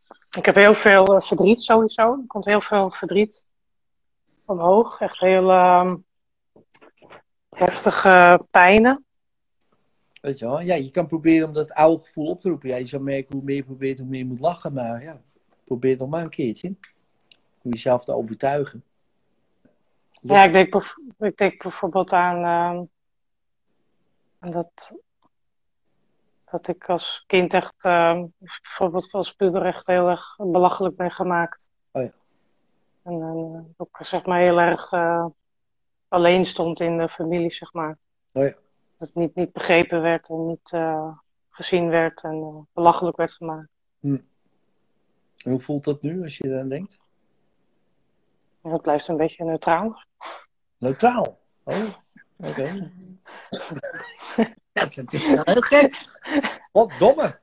Ik heb heel veel verdriet sowieso. Er komt heel veel verdriet omhoog. Echt heel heftige pijnen. Weet je wel? Ja, je kan proberen om dat oude gevoel op te roepen. Ja, je zou merken hoe meer je probeert, hoe meer je moet lachen. Maar ja, probeer het nog maar een keertje. Om jezelf te overtuigen. Ja, ik denk bijvoorbeeld aan dat ik als kind echt, bijvoorbeeld als puber echt heel erg belachelijk ben gemaakt. Oh ja. En ook zeg maar heel erg alleen stond in de familie, zeg maar. Oh ja. Dat niet begrepen werd en niet gezien werd en belachelijk werd gemaakt. En hoe voelt dat nu als je eraan denkt? En dat blijft een beetje neutraal. Neutraal? Oh, oké. Dat is wel heel gek. Wat domme.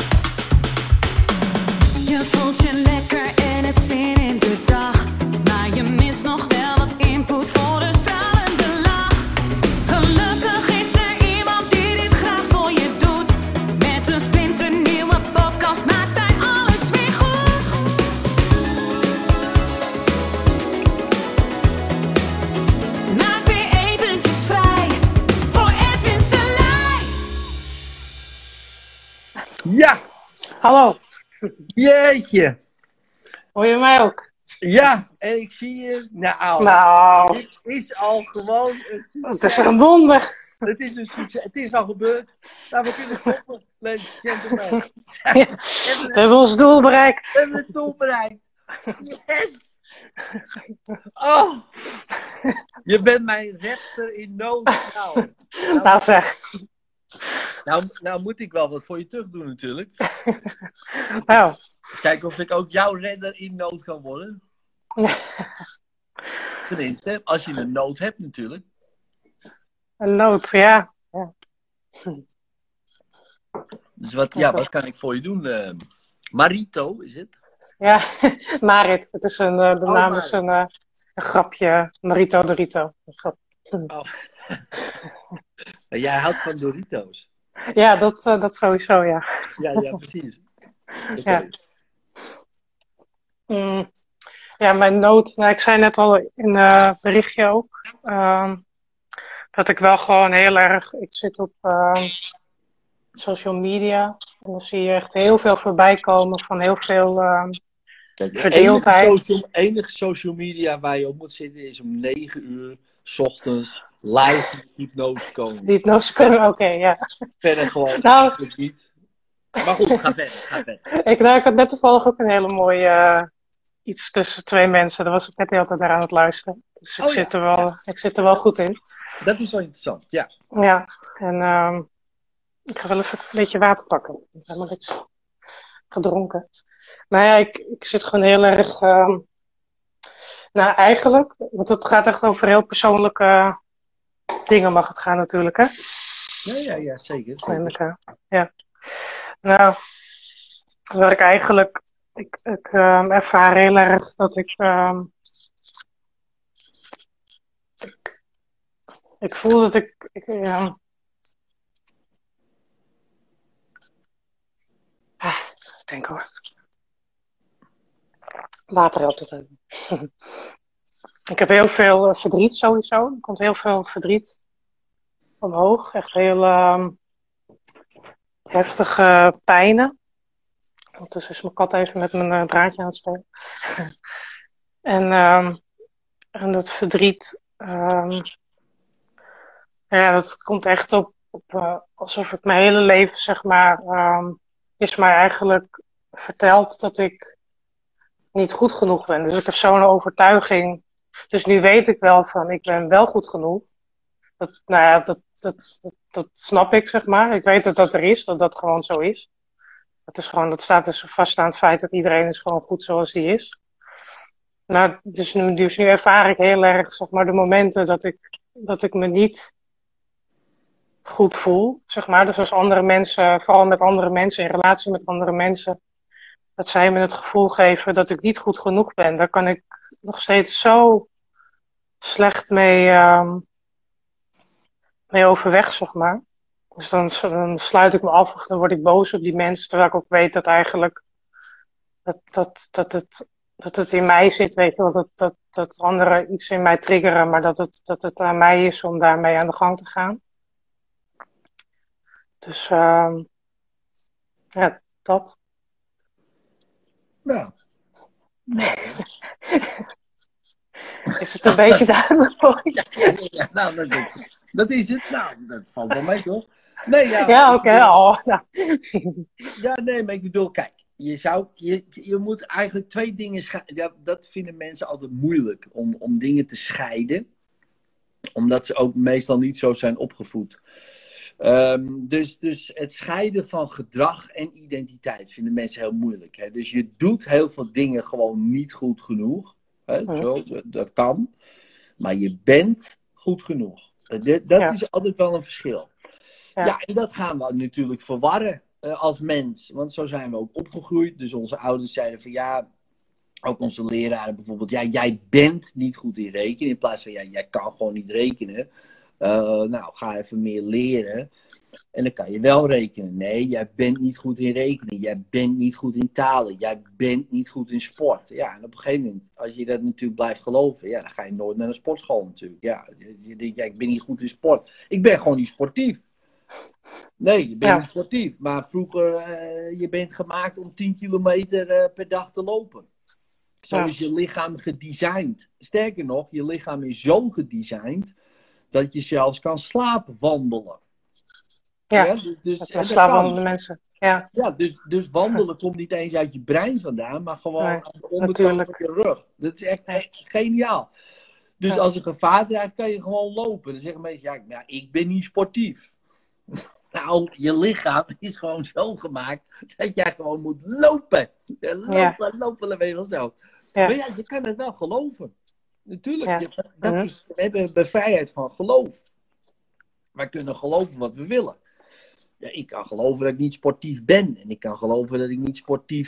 Je voelt je lekker en het zin in de dag. Maar je mist nog wel wat input voor de stralende lach. Gelukkig is er iemand die dit graag voor je doet. Met een splinternieuwe podcast maakt hij alles weer goed. Maak weer eventjes vrij voor Edwin Selij. Ja, Hallo, jeetje. hoor je mij ook? Ja, en ik zie je. Nou, Nou, dit is al gewoon een succes. het is een wonder. Het is een succes. Het is al gebeurd. Nou, we kunnen stoppen, ladies and gentlemen. We hebben ons doel bereikt. We hebben het doel bereikt. Yes! Oh! Je bent mijn rechter in nood. Nou zeg. Nou moet ik wel wat voor je terug doen natuurlijk. Nou, Kijken of ik ook jouw redder in nood kan worden. Tenminste, als je een nood hebt natuurlijk. een nood, ja. Dus wat kan ik voor je doen? Marito is het? Ja, Marit. Het is de naam Marit. is een grapje. Marito Dorito. Een grap. Oh. Jij houdt van Doritos. Ja, dat sowieso, ja. Ja, precies. Okay. Ja. Ja, mijn nood. Nou, ik zei net al in het berichtje ook. Dat ik wel gewoon heel erg. Ik zit op social media. En dan zie je echt heel veel voorbij komen van heel veel Kijk, verdeeldheid. enige social media waar je op moet zitten is om 9 uur 's ochtends live hypnose komen. Hypnose, oké, ja. Verder gewoon Nou, niet. Maar goed, ga verder. Ik had net toevallig ook een hele mooie iets tussen twee mensen. Daar was ik net de hele tijd naar aan het luisteren. Dus ik zit er wel goed in. Dat is wel interessant, ja. Ja, en ik ga wel even een beetje water pakken. Ik heb helemaal niks gedronken. Maar ja, ik zit gewoon heel erg. Nou, eigenlijk, want het gaat echt over heel persoonlijke dingen, mag het gaan natuurlijk, hè? Ja, zeker. Ja. Nou, waar ik eigenlijk. Ik ervaar heel erg dat ik voel dat ik denk hoor. Water helpt het even. Ik heb heel veel verdriet sowieso. Er komt heel veel verdriet omhoog. Echt heel heftige pijnen. Ondertussen is mijn kat even met mijn draadje aan het spelen. En dat verdriet, ja, dat komt echt op alsof ik mijn hele leven, zeg maar, is mij eigenlijk verteld dat ik niet goed genoeg ben. Dus ik heb zo'n overtuiging. Dus nu weet ik wel van, ik ben wel goed genoeg. Dat snap ik, zeg maar. Ik weet dat er is, dat dat gewoon zo is. Dat staat dus vast aan het feit dat iedereen is gewoon goed zoals die is. Nou, dus nu ervaar ik heel erg, zeg maar, de momenten dat ik me niet goed voel, zeg maar. Dus als andere mensen, vooral met andere mensen, in relatie met andere mensen, dat zij me het gevoel geven dat ik niet goed genoeg ben, daar kan ik nog steeds zo slecht mee overweg, zeg maar. Dus dan sluit ik me af of dan word ik boos op die mensen, terwijl ik ook weet dat eigenlijk dat het in mij zit, weet je wel, dat anderen iets in mij triggeren, maar dat het aan mij is om daarmee aan de gang te gaan. Dus ja, dat. Nou, Is het een beetje duidelijk voor je? ja, nou, dat is het. Nou, dat valt wel mee, toch? Nee, ja. Ja, oké. Ja. Ja, nee, maar ik bedoel, kijk. Je moet eigenlijk twee dingen scheiden. Ja, dat vinden mensen altijd moeilijk. Om dingen te scheiden. Omdat ze ook meestal niet zo zijn opgevoed. Dus het scheiden van gedrag en identiteit vinden mensen heel moeilijk. Hè? Dus je doet heel veel dingen gewoon niet goed genoeg. Hè? Zo, dat kan. Maar je bent goed genoeg. Dat is altijd wel een verschil. Ja, en dat gaan we natuurlijk verwarren als mens. Want zo zijn we ook opgegroeid. Dus onze ouders zeiden van ja, ook onze leraren bijvoorbeeld. Ja, jij bent niet goed in rekenen. In plaats van ja, jij kan gewoon niet rekenen. Nou, ga even meer leren. En dan kan je wel rekenen. Nee, jij bent niet goed in rekenen. Jij bent niet goed in talen. Jij bent niet goed in sport. Ja, en op een gegeven moment, als je dat natuurlijk blijft geloven, ja, dan ga je nooit naar een sportschool natuurlijk. Ja, je denkt, ja, ik ben niet goed in sport. Ik ben gewoon niet sportief. Nee, je bent niet sportief. Maar vroeger, je bent gemaakt om 10 kilometer per dag te lopen. Zo is je lichaam gedesigned. Sterker nog, je lichaam is zo gedesigned dat je zelfs kan slaapwandelen. Ja, dus slaapwandelende mensen. Ja, dus wandelen komt niet eens uit je brein vandaan, maar gewoon aan de onderkant van je rug. Dat is echt geniaal. Dus als er gevaar dreigt, kan je gewoon lopen. Dan zeggen mensen, ja, ik ben niet sportief. Nou, je lichaam is gewoon zo gemaakt dat jij gewoon moet lopen. Lopen, dat weet je wel zo. Ja. Maar ja, je kan het wel geloven. Natuurlijk, we hebben vrijheid van geloof. Wij kunnen geloven wat we willen. Ja, ik kan geloven dat ik niet sportief ben. En ik kan geloven dat ik niet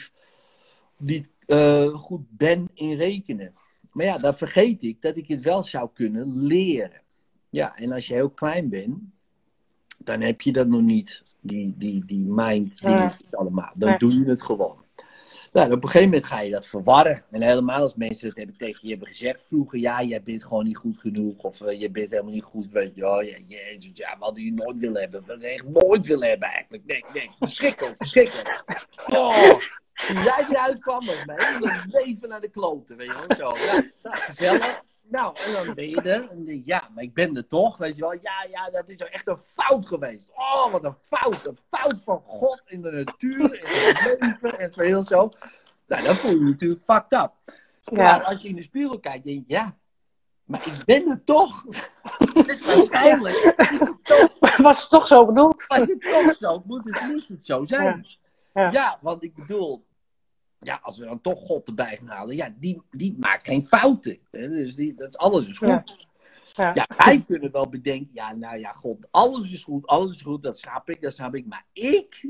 goed ben in rekenen. Maar ja, dan vergeet ik dat ik het wel zou kunnen leren. Ja, en als je heel klein bent, dan heb je dat nog niet. Die mind dingen allemaal. Dan doe je het gewoon. Nou, op een gegeven moment ga je dat verwarren. En helemaal als mensen dat tegen je hebben gezegd vroeger. Ja, jij bent gewoon niet goed genoeg. Of je bent helemaal niet goed. Weet je, we hadden je nooit willen hebben. We hadden echt nooit willen hebben eigenlijk. Nee. Verschrikkelijk. Oh, toen jij eruit kwam, was mijn hele leven naar de kloten. Weet je wel, zo. Ja, gezellig. Nou, en dan ben je er. En dan denk je, ja, maar ik ben er toch. Weet je wel. Ja, dat is echt een fout geweest. Oh, wat een fout. Een fout van God in de natuur. In het leven. En zo heel zo. Nou, dan voel je je natuurlijk fucked up. Maar als je in de spiegel kijkt, denk je, ja, maar ik ben er toch. Dus waarschijnlijk was het toch zo bedoeld? Was het toch zo? Moet het zo zijn? Ja, want ik bedoel, ja, als we dan toch God erbij gaan halen, ja, die maakt geen fouten. Hè? Dus alles is goed. Ja, wij kunnen wel bedenken, ja, nou ja, God, alles is goed, dat snap ik. Maar ik...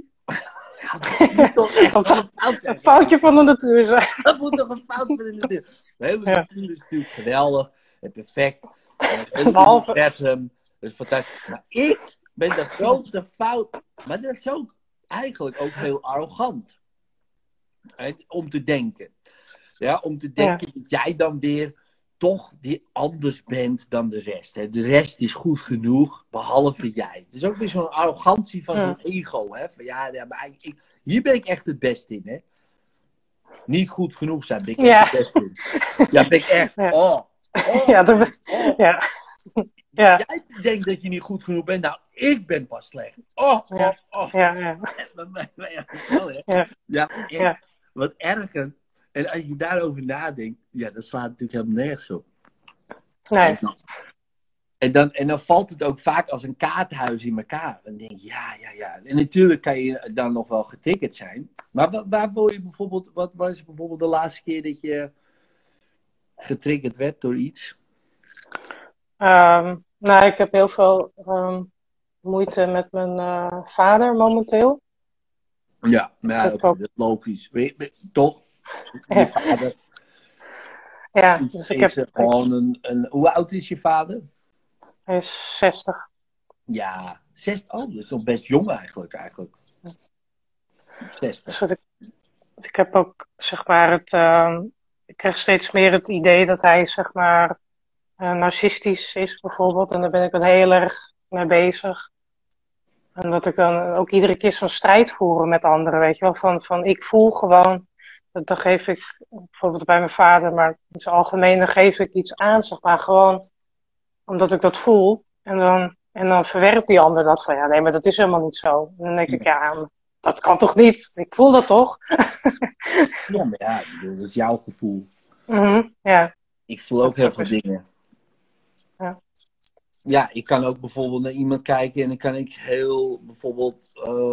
een foutje van de natuur zijn. Dat moet toch een fout van de natuur. De hele natuur is natuurlijk geweldig en perfect. Behalve... Dat is fantastisch. Maar ik ben de grootste fout. Maar dat is ook eigenlijk ook heel arrogant. Om te denken. Ja, om te denken dat jij dan weer toch weer anders bent dan de rest. Hè. De rest is goed genoeg, behalve jij. Het is ook weer zo'n arrogantie van zo'n ego. Hè. Van, maar hier ben ik echt het beste in. Hè. Niet goed genoeg zijn, ben ik echt het beste in. Ja, ben ik echt. Jij denkt dat je niet goed genoeg bent. Nou, ik ben pas slecht. Wat erger. En als je daarover nadenkt, ja, dat slaat natuurlijk helemaal nergens op. Nee. En dan valt het ook vaak als een kaartenhuis in elkaar. Dan denk je, ja. En natuurlijk kan je dan nog wel getikkerd zijn. Maar waar word je bijvoorbeeld, wat was bijvoorbeeld de laatste keer dat je getriggerd werd door iets? Nou, ik heb heel veel moeite met mijn vader momenteel. Ja, maar dat is logisch. Toch? Je vader. Ja, dus ik heb gewoon hoe oud is je vader? Hij is 60. Ja, 60. Oh, dat is nog best jong eigenlijk. 60. ik heb ook, zeg maar, ik krijg steeds meer het idee dat hij, zeg maar, narcistisch is bijvoorbeeld. En daar ben ik dan heel erg mee bezig. En dat ik dan ook iedere keer zo'n strijd voeren met anderen, weet je wel. Van ik voel gewoon, dan geef ik, bijvoorbeeld bij mijn vader, maar in het algemeen, dan geef ik iets aan, zeg maar, gewoon omdat ik dat voel. En dan verwerpt die ander dat van, ja, nee, maar dat is helemaal niet zo. En dan denk ik, ja, dat kan toch niet? Ik voel dat toch? Ja, maar ja, ik bedoel, dat is jouw gevoel. Ja. Ik voel ook Dat heel is veel dingen. Ja. Ja, ik kan ook bijvoorbeeld naar iemand kijken en dan kan ik heel bijvoorbeeld,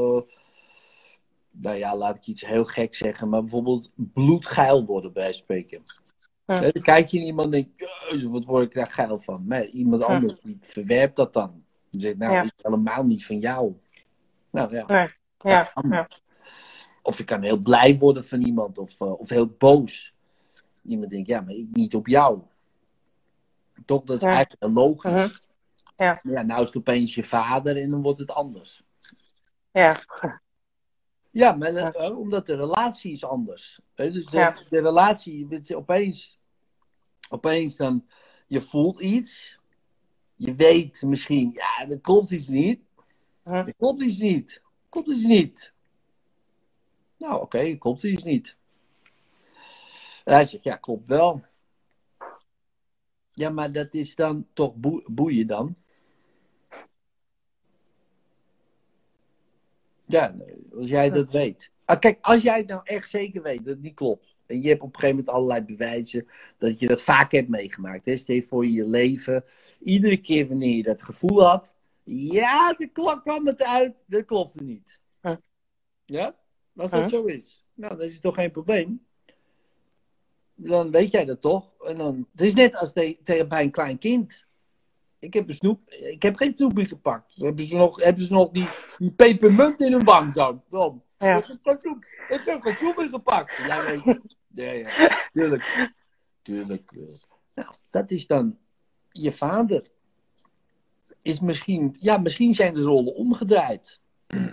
nou ja, laat ik iets heel gek zeggen, maar bijvoorbeeld bloedgeil worden bij spreken. Dan kijk je naar iemand en denk je, wat word ik daar geil van? Maar iemand anders die verwerpt dat dan. Die zegt, nou, dat is helemaal niet van jou. Nou ja. Nee. Ja. Of je kan heel blij worden van iemand of heel boos. Iemand denkt, ja, maar ik niet op jou. Toch, dat is eigenlijk heel logisch. Ja. Maar ja, nou is het opeens je vader en dan wordt het anders. Ja. Ja, maar omdat de relatie is anders. Dus de relatie, je bent opeens dan, je voelt iets. Je weet misschien, ja, er klopt iets niet. Er klopt iets niet. Klopt iets niet. Nou, oké, klopt iets niet. En hij zegt, ja, klopt wel. Ja, maar dat is dan toch boeien dan? Ja, als jij dat weet. Kijk, als jij het nou echt zeker weet dat het niet klopt. En je hebt op een gegeven moment allerlei bewijzen dat je dat vaak hebt meegemaakt. Hè? Stel je voor je leven. Iedere keer wanneer je dat gevoel had. Ja, de klok kwam het uit. Dat klopte niet. Ja? Als dat zo is. Nou, dat is toch geen probleem. Dan weet jij dat toch. En dan, het is net als tegen bij een klein kind. Ik heb geen snoepje gepakt. Hebben ze nog die pepermunt in hun wang dan? Ja. Ik heb geen snoepje gepakt. Ja, weet je. Ja, tuurlijk. Nou, dat is dan je vader. Is misschien zijn de rollen omgedraaid.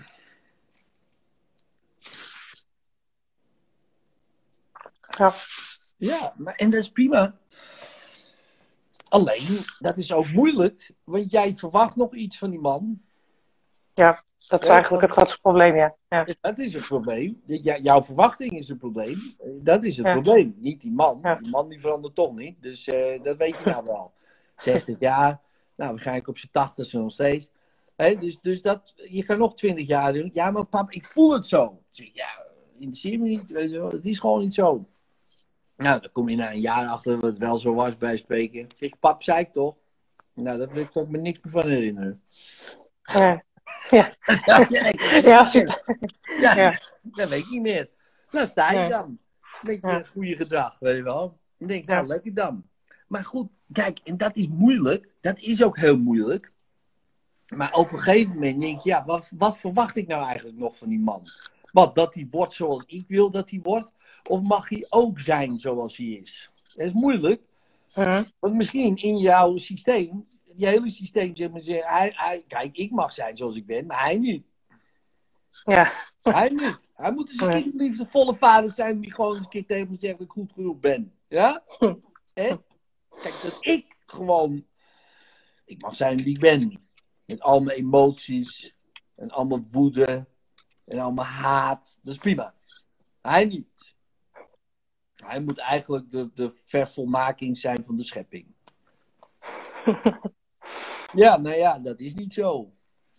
Ja, en dat is prima. Alleen, dat is ook moeilijk, want jij verwacht nog iets van die man. Ja, dat is eigenlijk het grootste probleem, ja. Dat is het probleem. Jouw verwachting is het probleem. Dat is het probleem, niet die man. Ja. Die man die verandert toch niet, dus dat weet je nou wel. 60 jaar, nou waarschijnlijk op zijn 80ste nog steeds. Dus dat, je kan nog 20 jaar doen. Ja, maar pap, ik voel het zo. Ja, interesseert me niet, weet je wel. Het is gewoon niet zo. Nou, dan kom je na een jaar achter wat het wel zo was bij spreken. Zeg, pap, zei ik toch? Nou, daar wil ik me niks meer van herinneren. Ja. Dat weet ik niet meer. Dan sta je dan. Een beetje goede gedrag, weet je wel. Dan denk ik, nou, lekker dan. Maar goed, kijk, en dat is moeilijk. Dat is ook heel moeilijk. Maar op een gegeven moment denk je, ja, wat verwacht ik nou eigenlijk nog van die man? Dat hij wordt zoals ik wil dat hij wordt? Of mag hij ook zijn zoals hij is? Dat is moeilijk. Want misschien in jouw systeem, je hele systeem zegt maar, kijk, ik mag zijn zoals ik ben, maar hij niet. Ja. Hij niet. Hij moet dus een liefdevolle vader zijn die gewoon eens een keer tegen me zegt dat ik goed genoeg ben. Ja? Kijk, dat ik mag zijn wie ik ben. Met al mijn emoties en allemaal woede en allemaal haat. Dat is prima. Hij niet. Hij moet eigenlijk de vervolmaking zijn van de schepping. Ja, nou ja, dat is niet zo.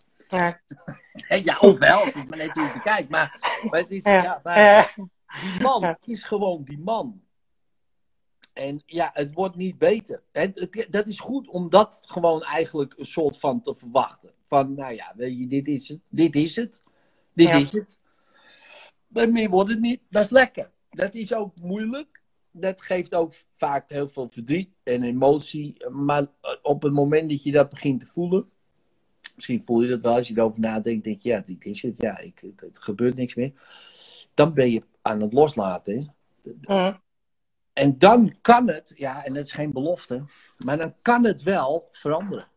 Ja, ofwel, het is maar net hoe je het bekijkt. Maar het is, die man is gewoon die man. En ja, het wordt niet beter. Dat is goed om dat gewoon eigenlijk een soort van te verwachten. Van, nou ja, weet je, dit is het. Dit is het. Maar meer wordt het niet. Dat is lekker. Dat is ook moeilijk. Dat geeft ook vaak heel veel verdriet en emotie. Maar op het moment dat je dat begint te voelen. Misschien voel je dat wel als je erover nadenkt. Denk je, ja, dit is het. Ja, er gebeurt niks meer. Dan ben je aan het loslaten. En dan kan het, ja, en dat is geen belofte. Maar dan kan het wel veranderen.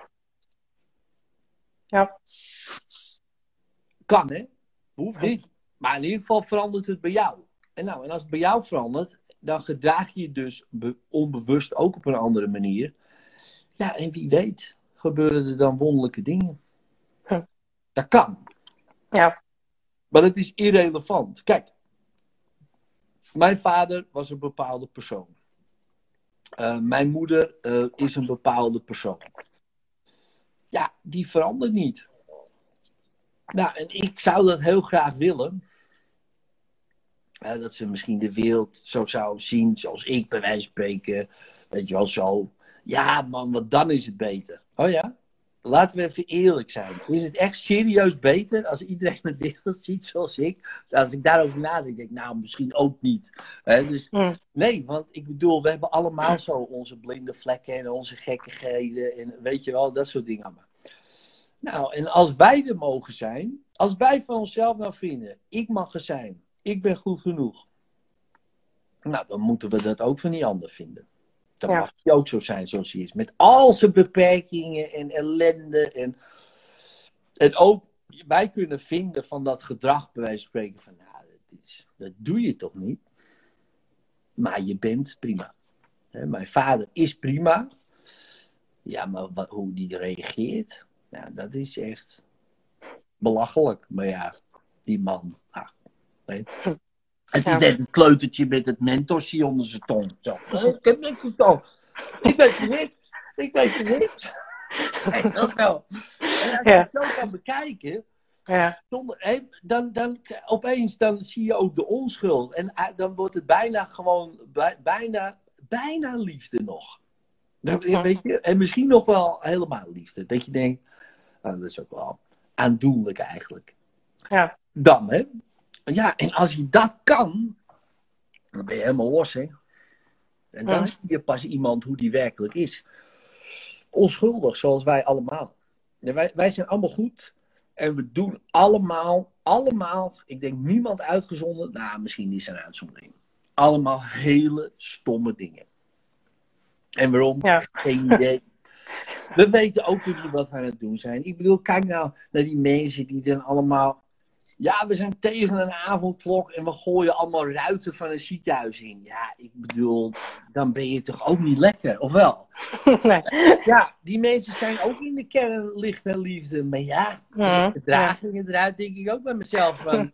Ja. Kan, hè? Hoeft niet. Maar in ieder geval verandert het bij jou. En als het bij jou verandert, dan gedraag je je dus onbewust ook op een andere manier. Ja, en wie weet, gebeuren er dan wonderlijke dingen. Dat kan. Ja. Maar het is irrelevant. Kijk, mijn vader was een bepaalde persoon. Mijn moeder is een bepaalde persoon. Ja, die verandert niet. Nou, en ik zou dat heel graag willen. Dat ze misschien de wereld zo zou zien zoals ik, bij wijze van spreken. Weet je wel, zo. Ja man, want dan is het beter. Oh ja? Laten we even eerlijk zijn. Is het echt serieus beter als iedereen de wereld ziet zoals ik? Als ik daarover nadenk, denk ik, nou, misschien ook niet. Dus nee, want ik bedoel, we hebben allemaal zo onze blinde vlekken en onze gekkigheden en weet je wel, dat soort dingen allemaal. Nou, en als wij er mogen zijn, als wij van onszelf nou vinden, ik mag er zijn, ik ben goed genoeg. Nou, dan moeten we dat ook van die ander vinden. Dan mag hij ook zo zijn zoals hij is. Met al zijn beperkingen en ellende. En ook wij kunnen vinden van dat gedrag bij wijze van spreken. Van, nou, dat doe je toch niet. Maar je bent prima. Mijn vader is prima. Ja, maar hoe die reageert. Ja, dat is echt belachelijk. Maar ja, die man. Het is net een kleutertje met het mentortje onder zijn tong. Zo. Ik heb niks op tong. Ik weet je niks. Ik weet je niks. Nee, dat is zo. En als je het zo kan bekijken, dan opeens dan zie je ook de onschuld. En dan wordt het bijna gewoon, bijna liefde nog. Weet je? En misschien nog wel helemaal liefde. Dat je denkt, dat is ook wel aandoenlijk eigenlijk. Ja. Dan, hè. Ja, en als je dat kan, dan ben je helemaal los, hè. En dan zie je pas iemand hoe die werkelijk is. Onschuldig, zoals wij allemaal. En wij zijn allemaal goed. En we doen allemaal, ik denk niemand uitgezonderd, nou, misschien is er een uitzondering. Allemaal hele stomme dingen. En waarom? Geen idee. We weten ook niet wat we aan het doen zijn. Ik bedoel, kijk nou naar die mensen die dan allemaal... Ja, we zijn tegen een avondklok en we gooien allemaal ruiten van een ziekenhuis in. Ja, ik bedoel, dan ben je toch ook niet lekker, of wel? Nee. Ja, die mensen zijn ook in de kern licht en liefde. Maar ja, de gedragingen eruit denk ik ook bij mezelf van...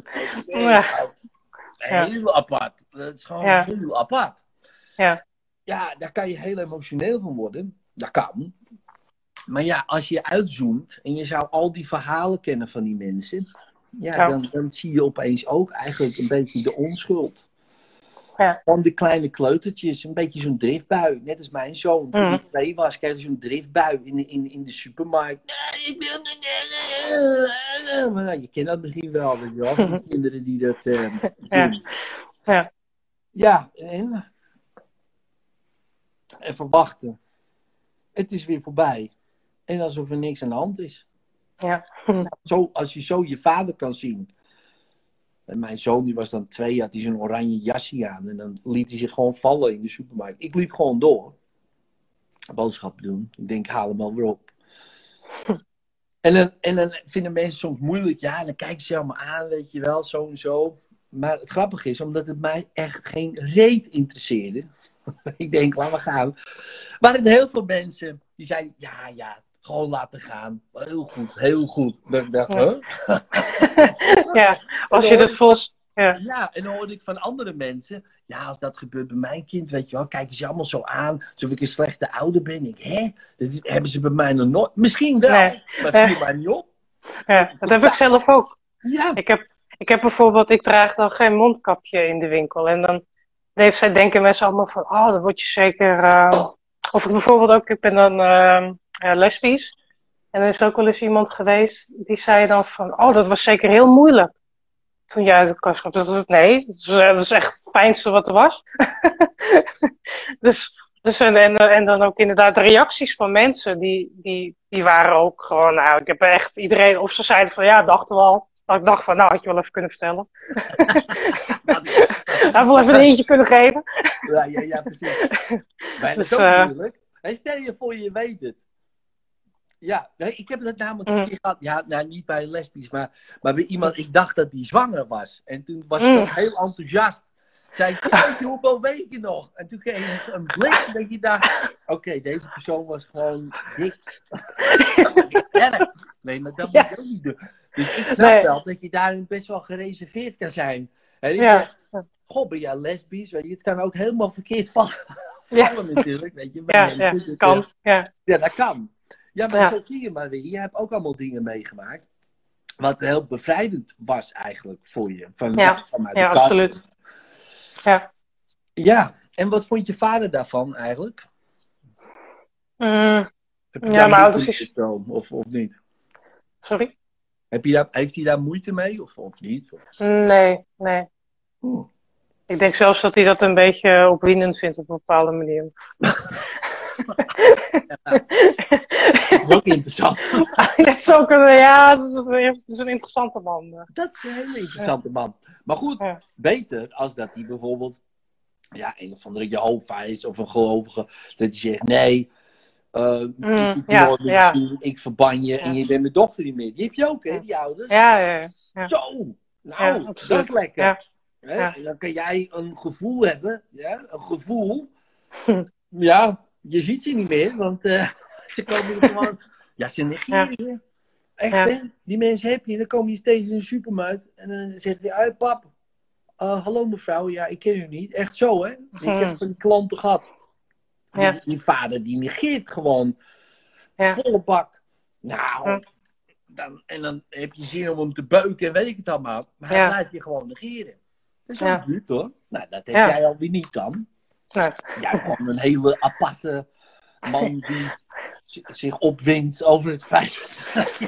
Heel apart. Dat is gewoon heel apart. Ja, daar kan je heel emotioneel van worden. Dat kan. Maar ja, als je uitzoomt en je zou al die verhalen kennen van die mensen... Ja, dan zie je opeens ook eigenlijk een beetje de onschuld. Ja. Van de kleine kleutertjes, een beetje zo'n driftbui. Net als mijn zoon, toen hij 2 was, kreeg hij zo'n driftbui in de supermarkt. Nee, ik wil niet. Maar je kent dat misschien wel, weet je wel. Die kinderen die dat doen. Ja, en verwachten. Het is weer voorbij. En alsof er niks aan de hand is. Ja. Als je zo je vader kan zien. En mijn zoon die was dan 2, had hij zo'n oranje jasje aan. En dan liet hij zich gewoon vallen in de supermarkt. Ik liep gewoon door. Boodschappen doen. Ik denk, haal hem wel weer op. En dan vinden mensen soms moeilijk. Ja, dan kijken ze allemaal aan, weet je wel, zo en zo. Maar het grappige is, omdat het mij echt geen reet interesseerde. Ik denk, laat maar gaan. Maar er heel veel mensen die zeiden, ja. Gewoon laten gaan. Heel goed, heel goed. Ja, als je dat volgens... Ja, en dan hoorde ik van andere mensen... Ja, als dat gebeurt bij mijn kind, weet je wel... Kijken ze allemaal zo aan, alsof ik een slechte ouder ben. Ik, dat hebben ze bij mij nog nooit... Misschien wel, maar viel mij niet op. Ja, dat heb ik zelf ook. Ja. Ik heb bijvoorbeeld... Ik draag dan geen mondkapje in de winkel. En dan denken mensen allemaal van... Oh, dan word je zeker... Of ik bijvoorbeeld ook... Ik ben dan... lesbisch. En er is ook wel eens iemand geweest die zei dan van, oh, dat was zeker heel moeilijk toen je uit de kast kwam. Nee, dat is echt het fijnste wat er was. dus en dan ook inderdaad de reacties van mensen, die waren ook gewoon, nou, ik heb echt iedereen, of ze zeiden van, ja, dachten we al. Dat ik dacht van, nou, had je wel even kunnen vertellen. Had wel even een eentje kunnen geven. Ja, precies. Maar dat is ook moeilijk. En stel je voor, je weet het. Ja, nee, ik heb dat namelijk Mm. een keer gehad. Ja, nou, niet bij een lesbisch, maar bij iemand. Ik dacht dat die zwanger was. En toen was ik ook heel enthousiast. Zei ik, jeetje, hoeveel weken nog? En toen kreeg ik een blik dat je dacht, oké, deze persoon was gewoon dik. Dat is erg. Nee, maar dat moet je ook niet doen. Dus ik snap wel dat je daarin best wel gereserveerd kan zijn. En je zegt, goh, ben jij lesbisch? Weet je, het kan ook helemaal verkeerd vallen natuurlijk. Weet je, bij mensen. Kan. Ja, dat kan. Ja, maar zo zie je maar weer. Je hebt ook allemaal dingen meegemaakt. Wat heel bevrijdend was eigenlijk voor je. Vanuit de absoluut. Ja. Ja, en wat vond je vader daarvan eigenlijk? Heb je mijn ouders of niet? Sorry? Heeft hij daar moeite mee of niet? Nee. Ik denk zelfs dat hij dat een beetje opwindend vindt op een bepaalde manier. Dat is ook interessant. Het is ook het is een interessante man. Dat is een hele interessante man. Maar goed, beter als dat hij bijvoorbeeld een of andere Jehovah is of een gelovige. Dat hij zegt, nee, ik verban je en je bent mijn dochter niet meer. Die heb je ook, hè, die ouders? Ja. Zo, nou, dat is lekker. En dan kan jij een gevoel hebben, een gevoel. Ja, je ziet ze niet meer, want ze komen er gewoon... Ja, ze negeren je. Echt, hè? Die mensen heb je. Dan kom je steeds in de supermarkt en dan zegt hij, hey, pap, hallo mevrouw, ja, ik ken u niet. Echt zo, hè? Ik heb van die klanten gehad. Die vader, die negeert gewoon volle bak. Nou, dan heb je zin om hem te beuken en weet ik het allemaal. Maar hij blijft je gewoon negeren. Dat is ook duur, hoor. Nou, dat heb jij alweer niet dan. Nee. Jij gewoon een hele aparte man die zich opwindt over het feit.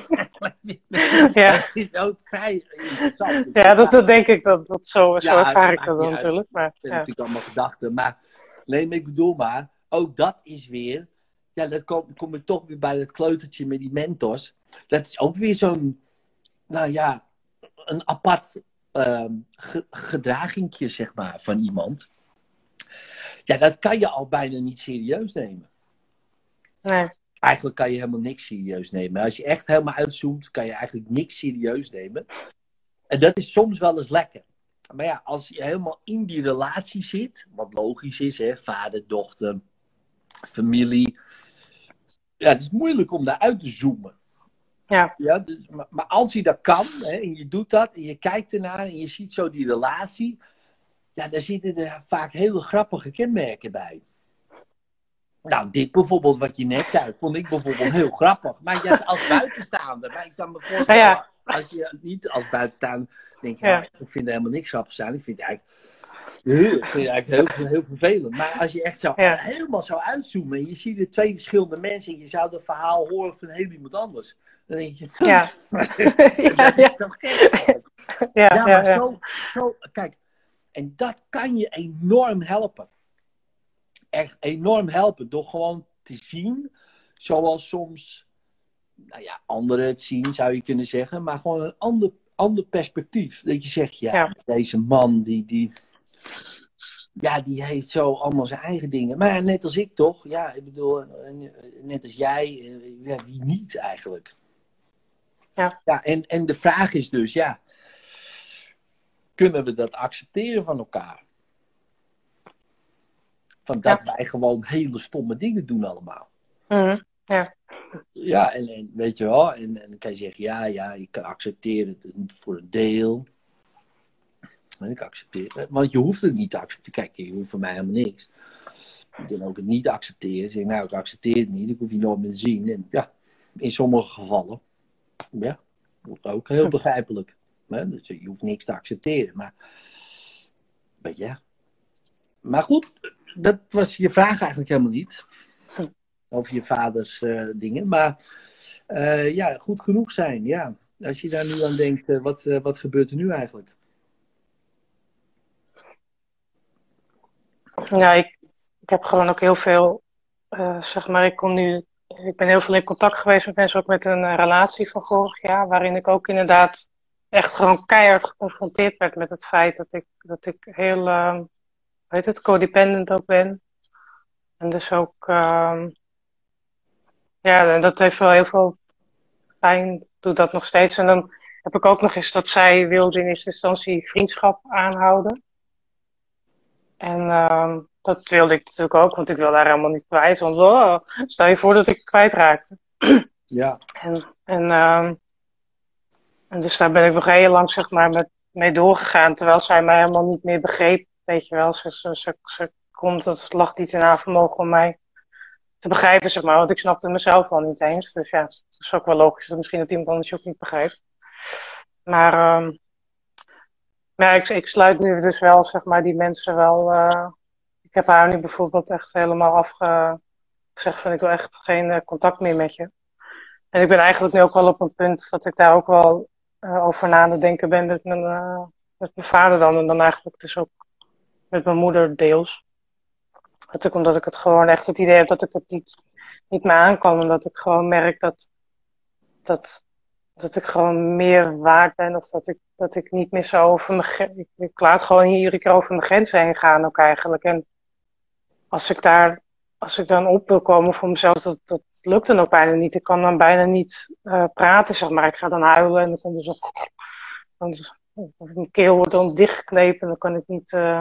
Dat is ook vrij interessant. Ja, dat denk ik. Dat zo ervaar ik dat dan natuurlijk. Maar, dat zijn natuurlijk allemaal gedachten. Maar ik bedoel maar, ook dat is weer... Ja, dan kom ik toch weer bij dat kleutertje met die mentors. Dat is ook weer zo'n... Nou ja, een apart gedragingje, zeg maar, van iemand. Ja, dat kan je al bijna niet serieus nemen. Nee. Eigenlijk kan je helemaal niks serieus nemen. Als je echt helemaal uitzoomt, kan je eigenlijk niks serieus nemen. En dat is soms wel eens lekker. Maar ja, als je helemaal in die relatie zit, wat logisch is, hè, vader, dochter, familie. Ja, het is moeilijk om daar uit te zoomen. Ja, dus, maar als je dat kan, hè, en je doet dat, en je kijkt ernaar, en je ziet zo die relatie, ja, daar zitten er vaak hele grappige kenmerken bij. Nou, dit bijvoorbeeld, wat je net zei, vond ik bijvoorbeeld heel grappig. Maar ja, als buitenstaander, maar ik kan me voorstellen, als je niet als buitenstaander denkt, ik vind er helemaal niks grappigs aan. Ik vind het eigenlijk heel vervelend. Maar als je echt helemaal zou uitzoomen en je ziet er twee verschillende mensen en je zou het verhaal horen van heel iemand anders. Dan denk je, dat is toch gek. Maar zo, kijk, en dat kan je enorm helpen. Echt enorm helpen door gewoon te zien, zoals soms anderen het zien, zou je kunnen zeggen, maar gewoon een ander perspectief. Dat je zegt, deze man, die heeft zo allemaal zijn eigen dingen. Maar net als ik toch, ik bedoel, net als jij, wie niet eigenlijk? En de vraag is dus, kunnen we dat accepteren van elkaar? Van dat wij gewoon hele stomme dingen doen allemaal. Ja, en weet je wel, en dan kan je zeggen, ik accepteer het voor een deel. En ik accepteer het, want je hoeft het niet te accepteren. Kijk, je hoeft van mij helemaal niks. Je kan ook het niet accepteren. Zeg, ik accepteer het niet, ik hoef je nooit meer te zien. En in sommige gevallen, ook heel begrijpelijk. Dus je hoeft niks te accepteren, maar Maar goed, dat was je vraag eigenlijk helemaal niet. Over je vaders dingen. Maar goed genoeg zijn. Ja. Als je daar nu aan denkt, wat gebeurt er nu eigenlijk? Ja, ik heb gewoon ook heel veel, ik ben heel veel in contact geweest met mensen, ook met een relatie van vorig jaar, waarin ik ook inderdaad echt gewoon keihard geconfronteerd werd met het feit dat ik heel, codependent ook ben. En dus ook, Ja, en dat heeft wel heel veel pijn, doet dat nog steeds. En dan heb ik ook nog eens dat zij wilde in eerste instantie vriendschap aanhouden. En dat wilde ik natuurlijk ook, want ik wilde haar helemaal niet kwijt. Want stel je voor dat ik het kwijtraakte. Ja. En dus daar ben ik nog heel lang zeg maar mee doorgegaan. Terwijl zij mij helemaal niet meer begreep. Weet je wel, ze komt, dat lag niet in haar vermogen om mij te begrijpen, zeg maar. Want ik snapte mezelf wel niet eens. Dus ja, het is ook wel logisch dat misschien dat iemand anders je ook niet begrijpt. Maar ja, ik sluit nu dus wel, zeg maar, die mensen wel. Ik heb haar nu bijvoorbeeld echt helemaal afgezegd van ik wil echt geen contact meer met je. En ik ben eigenlijk nu ook wel op een punt dat ik daar ook wel over na aan het denken ben met mijn vader dan. En dan eigenlijk dus ook met mijn moeder deels. Omdat ik het gewoon echt het idee heb dat ik het niet meer aan kan. Omdat ik gewoon merk dat ik gewoon meer waard ben. Of dat ik niet meer zo over mijn grens. Ik laat gewoon iedere keer over mijn grenzen heen gaan ook eigenlijk. En als ik dan op wil komen voor mezelf, dat lukt dan ook bijna niet. Ik kan dan bijna niet praten, zeg maar. Ik ga dan huilen en dan komt er zo. Mijn keel wordt dan dichtgeknepen en dan kan ik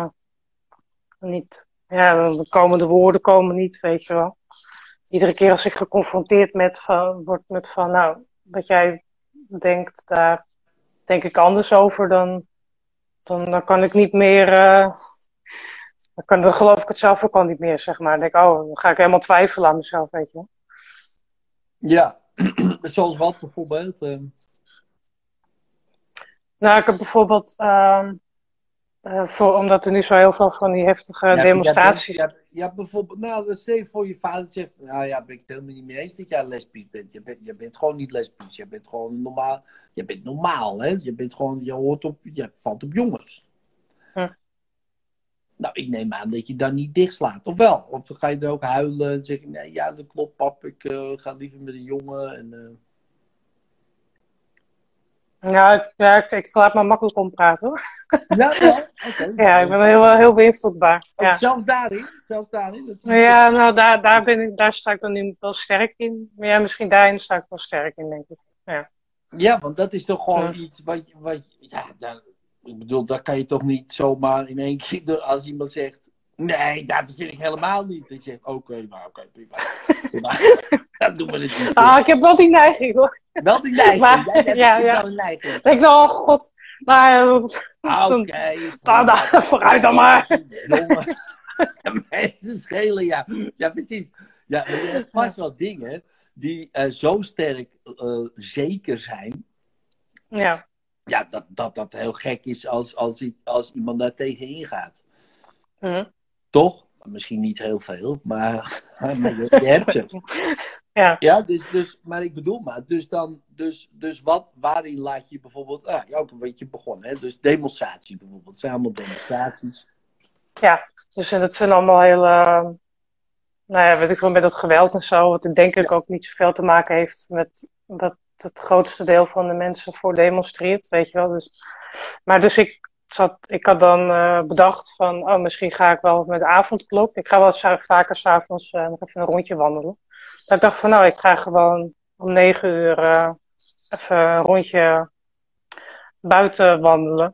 niet. Ja, dan komen de woorden niet, weet je wel. Iedere keer als ik geconfronteerd word met van, nou, wat jij denkt, daar denk ik anders over, dan kan ik niet meer. Dan geloof ik het zelf ook al niet meer, zeg maar. Dan denk ik, dan ga ik helemaal twijfelen aan mezelf, weet je wel. Ja, zoals wat bijvoorbeeld? Nou, ik heb bijvoorbeeld, omdat er nu zo heel veel van die heftige demonstraties... Ja, bijvoorbeeld, nou, stel je voor je vader zegt, nou ja, ben ik het helemaal niet mee eens dat jij lesbisch bent. Je bent gewoon niet lesbisch, je bent gewoon normaal. Je bent normaal, hè. Je bent gewoon, je valt op jongens. Nou, ik neem aan dat je dan niet dichtslaat, of wel? Of ga je er ook huilen en zeg je, nee, ja, dat klopt, pap, ik ga liever met een jongen. En, Ja, ik laat me makkelijk ompraten, hoor. Ja, oké. Ja, ik ben heel beïnvloedbaar. Ja. Zelfs daarin? Ja, nou, daar sta ik dan nu wel sterk in. Maar ja, misschien daarin sta ik wel sterk in, denk ik. Ja, want dat is toch gewoon iets ik bedoel, dat kan je toch niet zomaar in één keer, als iemand zegt, nee, dat vind ik helemaal niet. Dat je zegt, oké, prima. Dan doen we het niet. Ik heb wel die neiging, hoor. Wel die neiging? Maar, wel een neiging. Ik denk, oh god. Maar, oké. Vooruit dan maar. Jongen. Mensen schelen, ja. Ja, precies. Ja, maar je hebt vast wel dingen die zo sterk zeker zijn. Ja. Ja, dat heel gek is als iemand daar tegenin gaat. Toch? Misschien niet heel veel, maar je hebt ze. Ja, dus, maar ik bedoel maar, dus waarin laat je bijvoorbeeld, ook een beetje begonnen, hè? Dus demonstratie bijvoorbeeld, het zijn allemaal demonstraties. Ja, dus dat zijn allemaal hele, weet ik wel, met dat geweld en zo, wat ik denk ik ook niet zoveel te maken heeft met dat het grootste deel van de mensen voor demonstreert, weet je wel. Dus ik had dan bedacht van, misschien ga ik wel met de avondklok. Ik ga wel vaker 's avonds nog even een rondje wandelen. Dat ik dacht van, ik ga gewoon om 9 uur even een rondje buiten wandelen.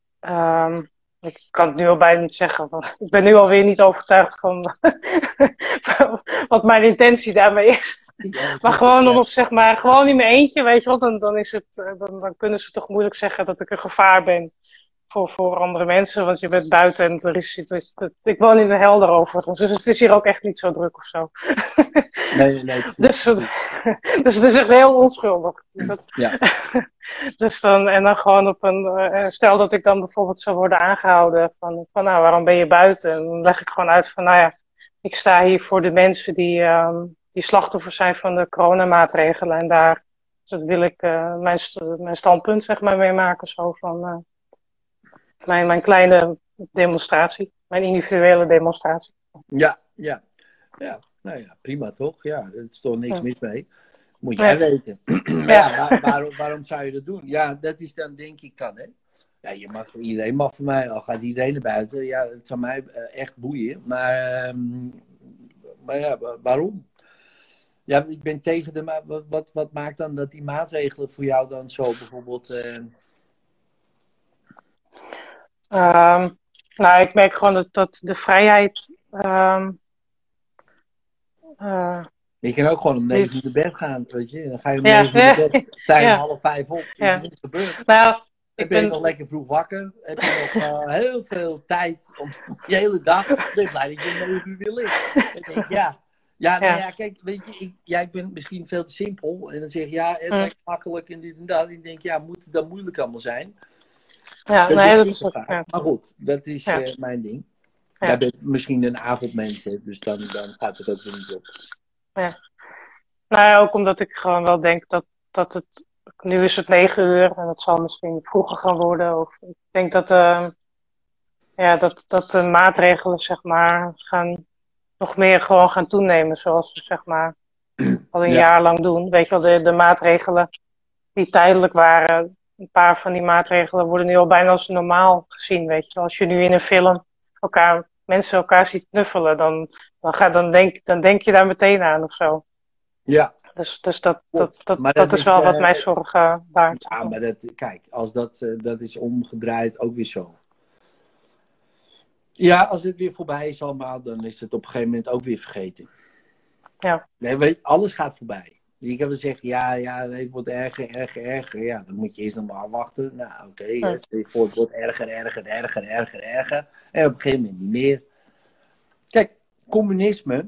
Ik kan het nu al bijna niet zeggen. Want ik ben nu alweer niet overtuigd van wat mijn intentie daarmee is. Maar gewoon gewoon in mijn eentje, weet je wel. Dan is het, dan kunnen ze toch moeilijk zeggen dat ik een gevaar ben voor andere mensen. Want je bent buiten en er is ik woon in de Helder overigens. Dus het is hier ook echt niet zo druk of zo. Nee. Dus het is echt heel onschuldig. Dus dan gewoon op stel dat ik dan bijvoorbeeld zou worden aangehouden van waarom ben je buiten? En dan leg ik gewoon uit van, ik sta hier voor de mensen die slachtoffer zijn van de coronamaatregelen. En daar wil ik mijn standpunt, zeg maar, mee maken. Zo van mijn kleine demonstratie. Mijn individuele demonstratie. Ja. Nou ja, prima toch? Ja, er is toch niks mis mee. Moet jij weten. Waarom zou je dat doen? Ja, dat is dan denk ik dan, hè. Ja, iedereen mag van mij, al gaat iedereen naar buiten. Ja, het zou mij echt boeien. Maar ja, waarom? Ja, ik ben tegen de... Wat maakt dan dat die maatregelen voor jou dan zo bijvoorbeeld... Nou, ik merk gewoon dat de vrijheid... Je kan ook gewoon om 9 uur naar bed gaan, weet je. Dan ga je om Ja, 9 uur naar bed, sta je ja, om 4:30 op. Is ja. er niks gebeurd. Nou, Dan ik ben je ben... nog lekker vroeg wakker. Heb je nog heel veel tijd om je hele dag... Ik ben blij dat je om 9 uur weer ligt. Ik denk, ja. Ja, nou ja, kijk, weet je, ik ben misschien veel te simpel. En dan zeg je, ja, het lijkt makkelijk en dit en dat. En ik denk, ja, moet het dan moeilijk allemaal zijn? Ja, nee, dat is ook... Ja. Maar goed, dat is mijn ding. Ja. Jij bent misschien een avondmens, hè, dus dan gaat het ook weer niet op. Ja. Nou ja, ook omdat ik gewoon wel denk dat het... Nu is het 9 uur en het zal misschien vroeger gaan worden. Of ik denk dat de maatregelen, zeg maar, nog meer gewoon gaan toenemen. Zoals we, zeg maar, al een jaar lang doen. Weet je wel, de maatregelen die tijdelijk waren. Een paar van die maatregelen worden nu al bijna als normaal gezien, weet je wel. Als je nu in een film mensen elkaar ziet knuffelen, dan denk je daar meteen aan of zo. Ja. Dus dat is wel wat mij zorgen baart. Ja, maar kijk, als dat is omgedraaid ook weer zo. Ja, als het weer voorbij is allemaal, dan is het op een gegeven moment ook weer vergeten. Ja. Nee, weet je, alles gaat voorbij. Je kan wel zeggen, ja, het wordt erger. Ja, dan moet je eerst nog maar afwachten. Nou, oké, het wordt erger. En op een gegeven moment niet meer. Kijk, communisme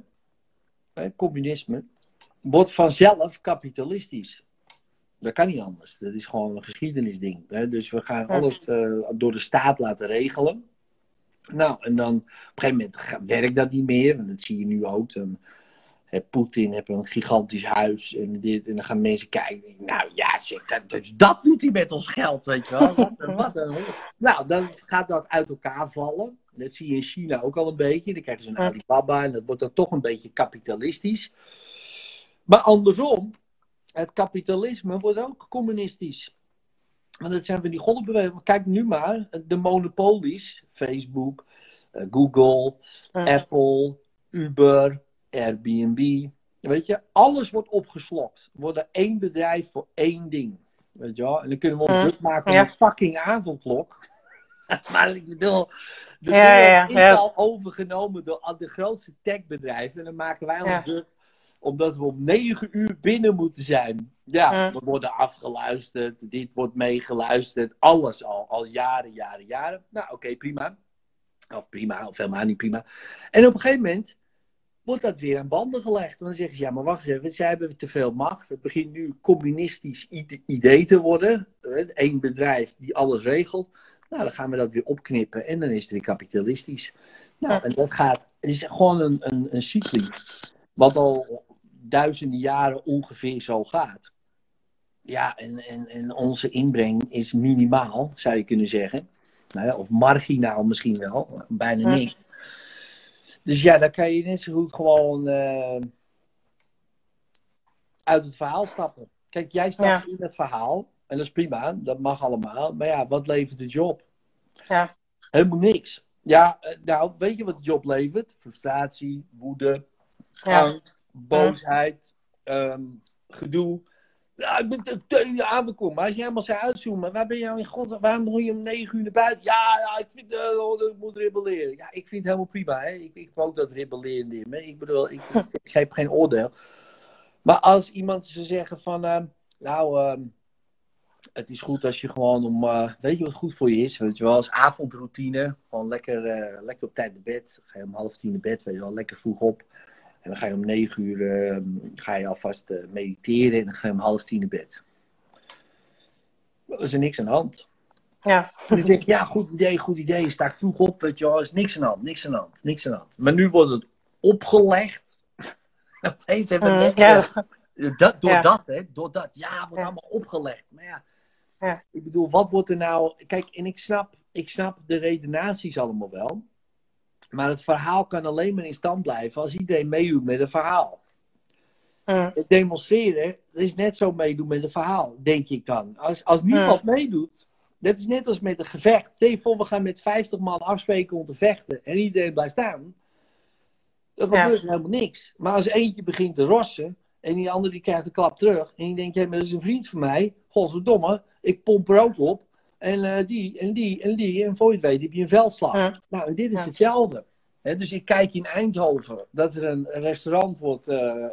wordt vanzelf kapitalistisch. Dat kan niet anders. Dat is gewoon een geschiedenisding. Hè? Dus we gaan alles door de staat laten regelen. Nou, en dan op een gegeven moment werkt dat niet meer. Want dat zie je nu ook. Dan Poetin heeft een gigantisch huis en dit. En dan gaan mensen kijken. Nou ja, zeg, dus dat doet hij met ons geld, weet je wel. Wat een nou, dan gaat dat uit elkaar vallen. Dat zie je in China ook al een beetje. Dan krijgen ze een Alibaba en dat wordt dan toch een beetje kapitalistisch. Maar andersom, het kapitalisme wordt ook communistisch. Want dat zijn van die golfbewegingen. Kijk nu maar, de monopolies, Facebook, Google, Apple, Uber, Airbnb. Weet je, alles wordt opgeslokt. Er wordt er één bedrijf voor één ding. Weet je wel? En dan kunnen we ons druk maken om een fucking avondklok. Maar ik bedoel, de wereld is al overgenomen door de grootste techbedrijven. En dan maken wij ons druk omdat we om 9 uur binnen moeten zijn. Ja, we worden afgeluisterd. Dit wordt meegeluisterd. Alles al jaren. Nou, oké, prima. Of helemaal niet prima. En op een gegeven moment wordt dat weer aan banden gelegd. Want dan zeggen ze, ja, maar wacht eens even. Zij hebben te veel macht. Het begint nu communistisch idee te worden. Eén bedrijf die alles regelt. Nou, dan gaan we dat weer opknippen. En dan is het weer kapitalistisch. Nou, en het is gewoon een cycli. Wat al duizenden jaren ongeveer zo gaat. Ja, en onze inbreng is minimaal, zou je kunnen zeggen. Nou ja, of marginaal misschien wel. Bijna niks. Dus ja, dan kan je net zo goed gewoon uit het verhaal stappen. Kijk, jij stapt in het verhaal. En dat is prima, dat mag allemaal. Maar ja, wat levert het je op? Ja. Helemaal niks. Ja, nou, weet je wat het je oplevert? Frustratie, woede, angst, boosheid, gedoe. Ja, ik ben te aangekomen. Maar als je helemaal zou uitzoomen, waar ben je nou in God? Waarom moet je om 9 uur naar buiten? Ja, ik vind dat ik moet rebelleren. Ja, ik vind het helemaal prima. Hè? Ik heb ook dat rebelleren in me. Ik bedoel, ik geef geen oordeel. Maar als iemand zou zeggen van, het is goed als je gewoon weet je wat goed voor je is? Weet je wel, als avondroutine, gewoon lekker op tijd naar bed. Ga je om 9:30 naar bed, weet je wel, lekker vroeg op. En dan ga je om 9 uur ga je alvast mediteren en dan ga je om 9:30 naar bed. Er is er niks aan de hand. Ja. En dan zeg ik, ja, goed idee. Sta ik vroeg op, weet je wel, er is niks aan de hand. Maar nu wordt het opgelegd. Opeens hebben we door dat. Ja, wordt allemaal opgelegd. Maar ja, ik bedoel, wat wordt er nou... Kijk, en ik snap de redenaties allemaal wel. Maar het verhaal kan alleen maar in stand blijven als iedereen meedoet met het verhaal. Het demonstreren, dat is net zo meedoen met het verhaal, denk ik dan. Als niemand meedoet, dat is net als met een gevecht. Stel je voor, we gaan met 50 man afspreken om te vechten en iedereen blijft staan. Dan gebeurt er helemaal niks. Maar als eentje begint te rossen, En die andere die krijgt een klap terug. En die denkt, hé, maar dat is een vriend van mij. Godverdomme, ik pomp er ook op. En die, en die, en die. En voor je het weet heb je een veldslag. Ja. Nou, en dit is hetzelfde. Dus ik kijk in Eindhoven dat er een restaurant wordt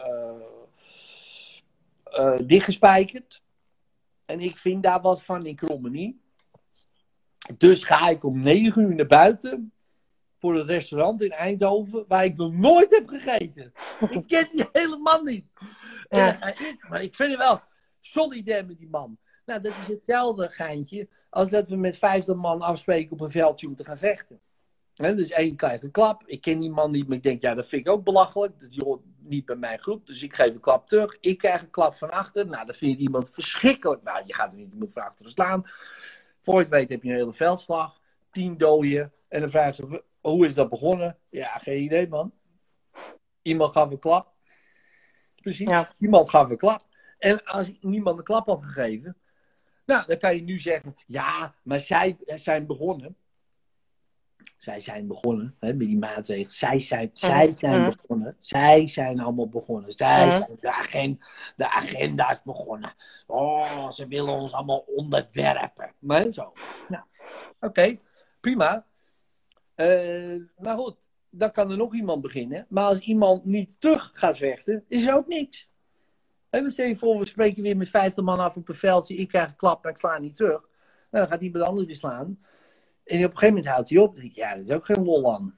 dichtgespijkerd. En ik vind daar wat van in Krommenie. Dus ga ik om 9 uur naar buiten. Voor het restaurant in Eindhoven. Waar ik nog nooit heb gegeten. Ik ken die helemaal niet. En dan ga ik, maar ik vind het wel solidair met die man. Nou, dat is hetzelfde geintje. Als dat we met 50 man afspreken op een veldje om te gaan vechten. Dus één krijgt een klap. Ik ken die man niet, maar ik denk, ja, dat vind ik ook belachelijk. Dat hoort niet bij mijn groep. Dus ik geef een klap terug. Ik krijg een klap van achter. Nou, dat vindt iemand verschrikkelijk. Nou, je gaat er niet iemand van achteren slaan. Voor je het weet heb je een hele veldslag. 10 doden. En dan vragen ze, hoe is dat begonnen? Ja, geen idee, man. Iemand gaf een klap. Precies. Ja. Iemand gaf een klap. En als niemand een klap had gegeven. Nou, dan kan je nu zeggen, ja, maar zij zijn begonnen. Zij zijn begonnen, hè, met die maatregelen. Zij zijn begonnen. Zij zijn allemaal begonnen. De agenda is begonnen. Oh, ze willen ons allemaal onderwerpen. Maar zo. Nou, oké, prima. Maar goed, dan kan er nog iemand beginnen. Maar als iemand niet terug gaat vechten, is er ook niks. We stel je voor, we spreken weer met 50 man af op een veldje. Ik krijg een klap, maar ik sla niet terug. Nou, dan gaat iemand anders weer slaan. En op een gegeven moment houdt hij op. Dan denk ik, ja, dat is ook geen lol aan.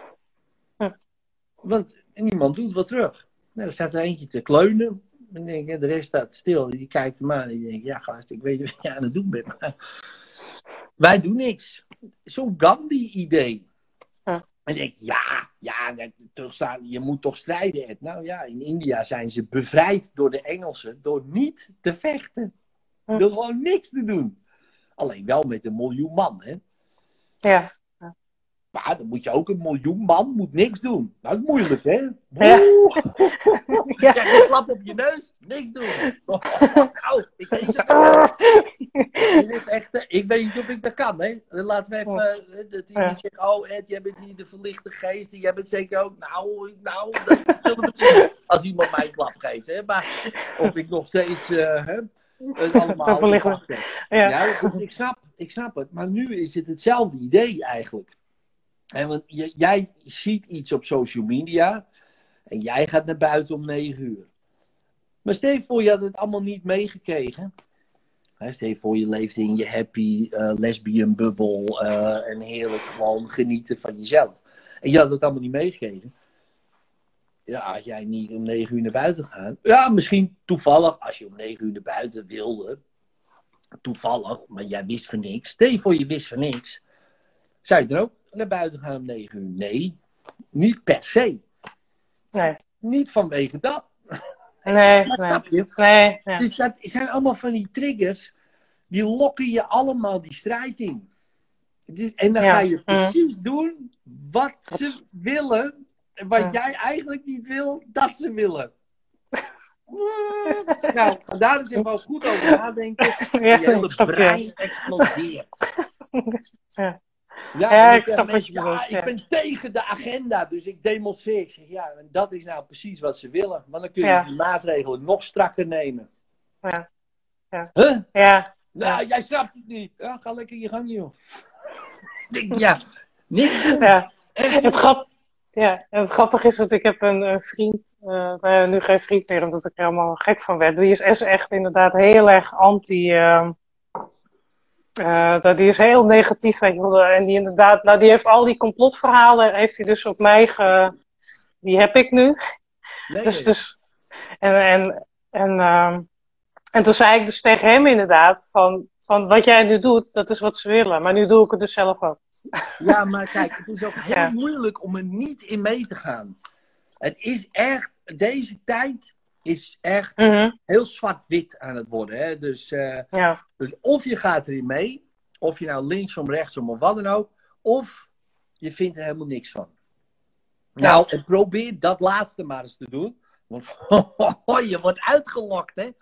Want niemand doet wat terug. Nou, dan staat er eentje te kleunen. En denk ik, de rest staat stil. Die kijkt hem aan. En die denkt, ja gast, ik weet wat je aan het doen bent. Maar wij doen niks. Zo'n Gandhi-idee. En ik denk, terugstaan, je moet toch strijden, Ed. Nou ja, in India zijn ze bevrijd door de Engelsen door niet te vechten. Door gewoon niks te doen. Alleen wel met 1 miljoen man, hè. Ja. Maar dan moet je ook 1 miljoen man moet niks doen. Dat is moeilijk, hè? Ja. Je krijgt een klap op je neus, niks doen. Nou, ik weet niet of ik dat kan, hè? Laten we even, dat iemand zegt, oh Ed, jij bent hier de verlichte geest, en jij bent zeker ook, nou, dat is als iemand mij een klap geeft, hè? Maar of ik nog steeds, het allemaal ik snap het, maar nu is het hetzelfde idee eigenlijk. Want jij ziet iets op social media en jij gaat naar buiten om 9 uur. Maar stel je voor, je had het allemaal niet meegekregen. Stel je voor, je leeft in je happy lesbian bubbel en heerlijk gewoon genieten van jezelf. En je had het allemaal niet meegekregen. Ja, als jij niet om 9 uur naar buiten gaat. Ja, misschien toevallig, als je om 9 uur naar buiten wilde. Toevallig, maar jij wist van niks. Stel je voor, je wist van niks. Zou je dan ook naar buiten gaan om 9 uur? Nee, niet per se. Nee. Niet vanwege dat. Nee. Dus dat zijn allemaal van die triggers. Die lokken je allemaal die strijd in. En dan ga je precies doen wat ze willen. Wat jij eigenlijk niet wil dat ze willen. Nou, daar is even wel goed over nadenken. Je hele brein explodeert. Ik snap wat je bedoelt. Ik ben tegen de agenda, dus ik demonstreer. Ik zeg, ja, en dat is nou precies wat ze willen. Want dan kun je die maatregelen nog strakker nemen. Ja. Nou, jij snapt het niet. Ja, ga lekker je gang, joh. Niks doen. Het grappige is dat ik heb een vriend, nu geen vriend meer, omdat ik er helemaal gek van werd. Die is echt inderdaad heel erg anti... die is heel negatief, weet je wel. En die inderdaad, die heeft al die complotverhalen, heeft hij dus op mij die heb ik nu. Dus en toen zei ik dus tegen hem inderdaad, van wat jij nu doet, dat is wat ze willen. Maar nu doe ik het dus zelf ook. Ja, maar kijk, het is ook heel moeilijk om er niet in mee te gaan. Het is echt, deze tijd is echt heel zwart-wit aan het worden. Hè? Dus of je gaat erin mee, of je nou linksom, rechtsom of wat dan ook, of je vindt er helemaal niks van. Nou, en probeer dat laatste maar eens te doen. Want je wordt uitgelokt, hè.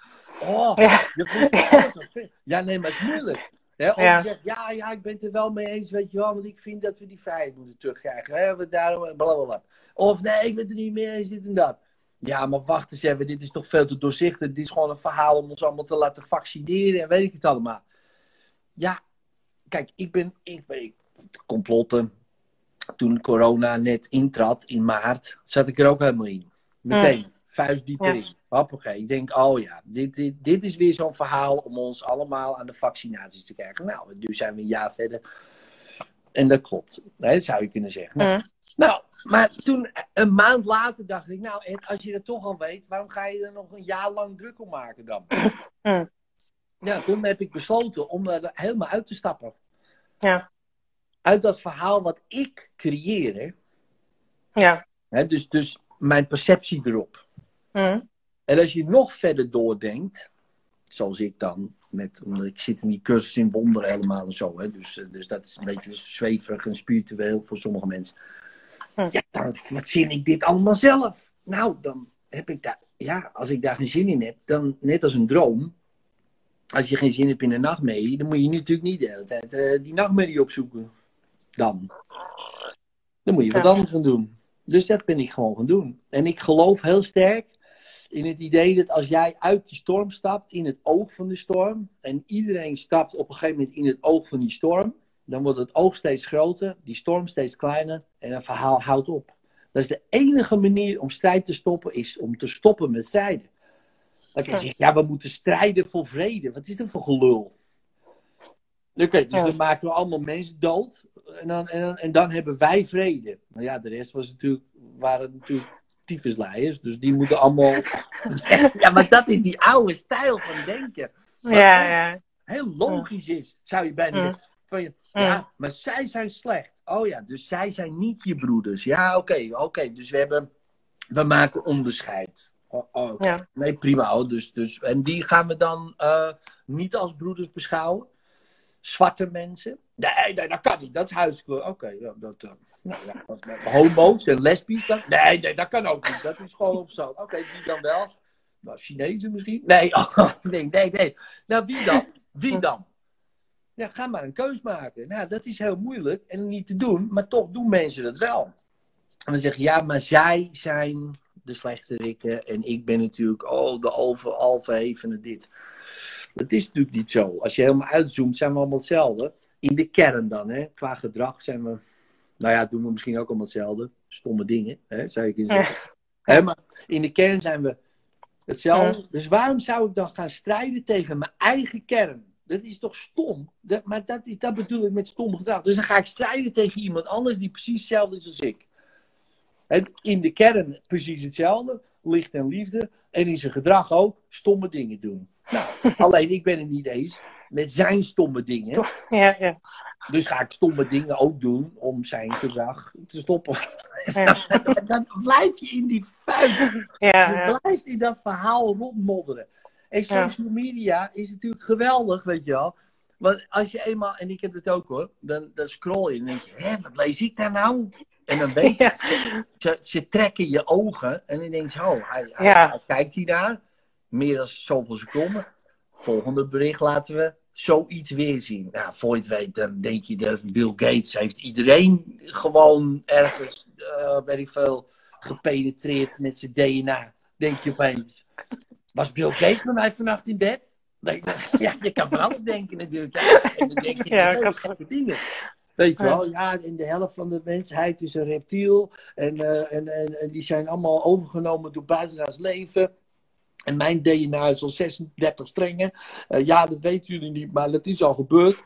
Nee, maar het is moeilijk. Of je zegt, ja, ik ben het er wel mee eens, weet je wel, want ik vind dat we die vrijheid moeten terugkrijgen. Hè? Of nee, ik ben het er niet mee eens, dit en dat. Ja, maar wacht eens even, dit is toch veel te doorzichtig. Dit is gewoon een verhaal om ons allemaal te laten vaccineren en weet ik het allemaal. Ja, kijk, ik complotten. Toen corona net intrad in maart, zat ik er ook helemaal in. Meteen, vuist dieper in. Hoppakee. Ik denk, oh ja, dit is weer zo'n verhaal om ons allemaal aan de vaccinaties te krijgen. Nou, nu zijn we een jaar verder. En dat klopt. Dat zou je kunnen zeggen. Nou, maar toen, een maand later dacht ik, nou Ed, als je dat toch al weet, waarom ga je er nog een jaar lang druk om maken dan? Ja, toen heb ik besloten om er helemaal uit te stappen. Ja. Uit dat verhaal wat ik creëerde. Ja. Dus mijn perceptie erop. En als je nog verder doordenkt, zoals ik dan, omdat ik zit in die cursus in wonderen helemaal en zo. Dus dat is een beetje zweverig en spiritueel voor sommige mensen. Ja, dan verzin ik dit allemaal zelf. Nou, dan heb ik daar, ja, als ik daar geen zin in heb, dan net als een droom. Als je geen zin hebt in een nachtmerrie, dan moet je natuurlijk niet de hele tijd die nachtmerrie opzoeken. Dan moet je wat anders gaan doen. Dus dat ben ik gewoon gaan doen. En ik geloof heel sterk in het idee dat als jij uit die storm stapt, in het oog van de storm, en iedereen stapt op een gegeven moment in het oog van die storm, dan wordt het oog steeds groter, die storm steeds kleiner en het verhaal houdt op. Dat is de enige manier om strijd te stoppen, is om te stoppen met strijden. Dan kan je zeggen, ja, we moeten strijden voor vrede. Wat is dat voor gelul? Oké, dus dan maken we allemaal mensen dood. En dan hebben wij vrede. Maar ja, de rest waren natuurlijk tyfusleiers. Dus die moeten allemaal... Ja, maar dat is die oude stijl van denken. Wat heel logisch is, zou je bijna denken. Ja, maar zij zijn slecht. Oh ja, dus zij zijn niet je broeders. Ja, oké. Dus we maken onderscheid. Nee, prima. En die gaan we dan niet als broeders beschouwen? Zwarte mensen? Nee, dat kan niet. Dat is huiskleur. Homo's en lesbisch? Nee, dat kan ook niet. Dat is gewoon op zo. Oké, wie dan wel? Nou, Chinezen misschien? Nee. Nou, wie dan? Ja, ga maar een keus maken. Nou, dat is heel moeilijk en niet te doen, maar toch doen mensen dat wel. En dan zeggen ja, maar zij zijn de slechterikken en ik ben natuurlijk, de alverhevene dit. Dat is natuurlijk niet zo. Als je helemaal uitzoomt, zijn we allemaal hetzelfde. In de kern dan, hè. Qua gedrag zijn we, doen we misschien ook allemaal hetzelfde. Stomme dingen, hè, zou je kunnen zeggen. Maar in de kern zijn we hetzelfde. Dus waarom zou ik dan gaan strijden tegen mijn eigen kern? Dat is toch stom? Maar dat bedoel ik met stom gedrag. Dus dan ga ik strijden tegen iemand anders die precies hetzelfde is als ik. En in de kern precies hetzelfde. Licht en liefde. En in zijn gedrag ook stomme dingen doen. Nou, alleen ik ben het niet eens met zijn stomme dingen. Ja. Dus ga ik stomme dingen ook doen om zijn gedrag te stoppen. Dan blijf je in die puin. Je blijft in dat verhaal rondmodderen. En social media is natuurlijk geweldig, weet je wel. Want als je eenmaal, en ik heb het ook hoor, dan scroll je en denk je, wat lees ik daar nou? En dan weet je, ze trekken je ogen en dan denk je, hij kijkt hier naar. Meer dan zoveel seconden. Volgende bericht laten we zoiets weer zien. Nou, voor je het weet, dan denk je dat Bill Gates heeft iedereen gewoon ergens, weet ik veel, gepenetreerd met zijn DNA. Denk je opeens, was Bill Gates met mij vannacht in bed? Ja, je kan van alles denken natuurlijk. Ja. En dan denk je, dingen. Weet je wel, en de helft van de mensheid is een reptiel. En die zijn allemaal overgenomen door buitenaards leven. En mijn DNA is al 36 strengen. Dat weten jullie niet, maar dat is al gebeurd.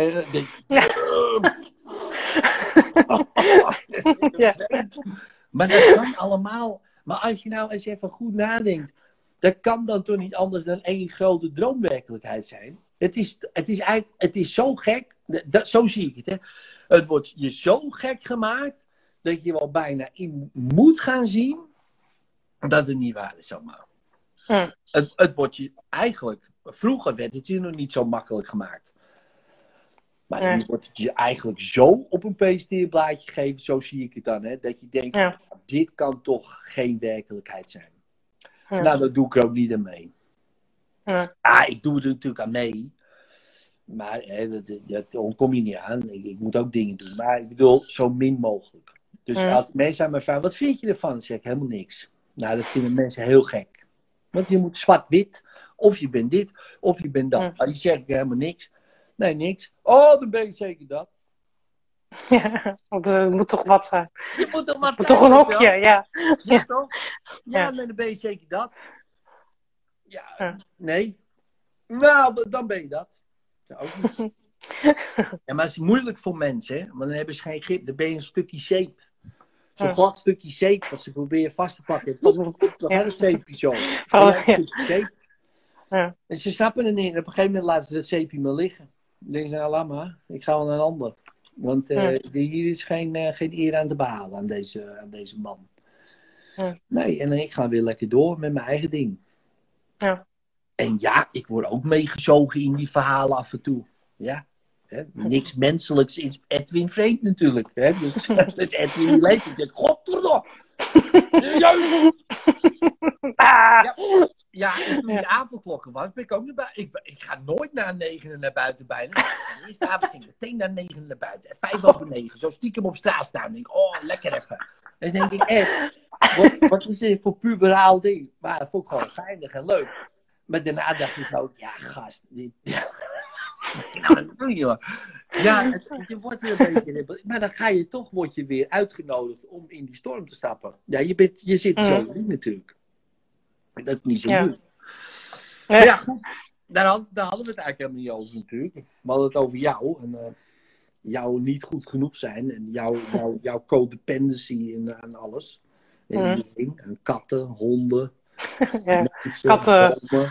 Maar dat kan allemaal. Maar als je nou eens even goed nadenkt. Dat kan dan toch niet anders dan één grote droomwerkelijkheid zijn. Het is zo gek. Zo zie ik het. Hè. Het wordt je zo gek gemaakt. Dat je wel bijna in moet gaan zien. Dat het niet waar is zomaar. Het wordt je eigenlijk, vroeger werd het je nog niet zo makkelijk gemaakt. Maar nu wordt het je eigenlijk zo op een PST-blaadje gegeven, zo zie ik het dan, hè, dat je denkt, dit kan toch geen werkelijkheid zijn. Nou, dat doe ik er ook niet aan mee. Ik doe er natuurlijk aan mee. Maar dat ontkom je niet aan. Ik moet ook dingen doen. Maar ik bedoel, zo min mogelijk. Dus als mensen aan mij vragen, wat vind je ervan? Dan zeg ik helemaal niks. Nou, dat vinden mensen heel gek. Want je moet zwart-wit. Of je bent dit, of je bent dat. Maar die zeggen helemaal niks. Nee, niks. Oh, dan ben je zeker dat. Ja, want het moet toch wat zijn. Je moet toch wat Het moet zijn, toch een weet je hokje, wel? ja. Ja, toch? Ja, Ja. nee, dan ben je zeker dat. Ja, Ja. nee. Nou, dan ben je dat. Ja, ook niet. Ja, maar het is moeilijk voor mensen, hè? Want dan hebben ze geen grip. Dan ben je een stukje zeep. Zo'n Ja. glad stukje zeep, wat ze proberen vast te pakken. Dan gaat het zeepje zo. Vooral, Dan een stukje zeep. Ja. En ze snappen het niet. En op een gegeven moment laten ze dat zeepje maar liggen. Dan denken ze, nou laat maar. Ik ga wel naar een ander. Want hier is geen eer aan te behalen aan deze man. Ja. Nee, en ik ga weer lekker door met mijn eigen ding. Ja. En ja, ik word ook meegezogen in die verhalen af en toe. Ja. Hè? Niks menselijks is Edwin vreemd natuurlijk. Hè? Dus dat is Edwin die leeft. Ik denk, godverdomme. Ah! Ja, en toen die avondklokken was, ben ik ook naar buiten. Ik ga nooit na 9 naar buiten bijna. De eerste avond ging ik meteen na 9 naar buiten. En 9:05, zo stiekem op straat staan. En denk ik, oh, lekker even. En dan denk ik, echt, wat is dit voor puberaal ding? Maar dat vond ik gewoon geinig en leuk. Maar daarna dacht ik ook, ja, gast. Nou, dat doe je hoor. Ja, je wordt weer een beetje... Maar dan word je weer uitgenodigd om in die storm te stappen. Ja, je zit zo in natuurlijk. Dat is niet zo moeilijk. Maar ja, goed. Daar hadden we het eigenlijk helemaal niet over natuurlijk. We hadden het over jou. En jou niet goed genoeg zijn. En jouw codependency en alles. En iedereen. En katten, honden. Ja. Mensen, Katten. bomen.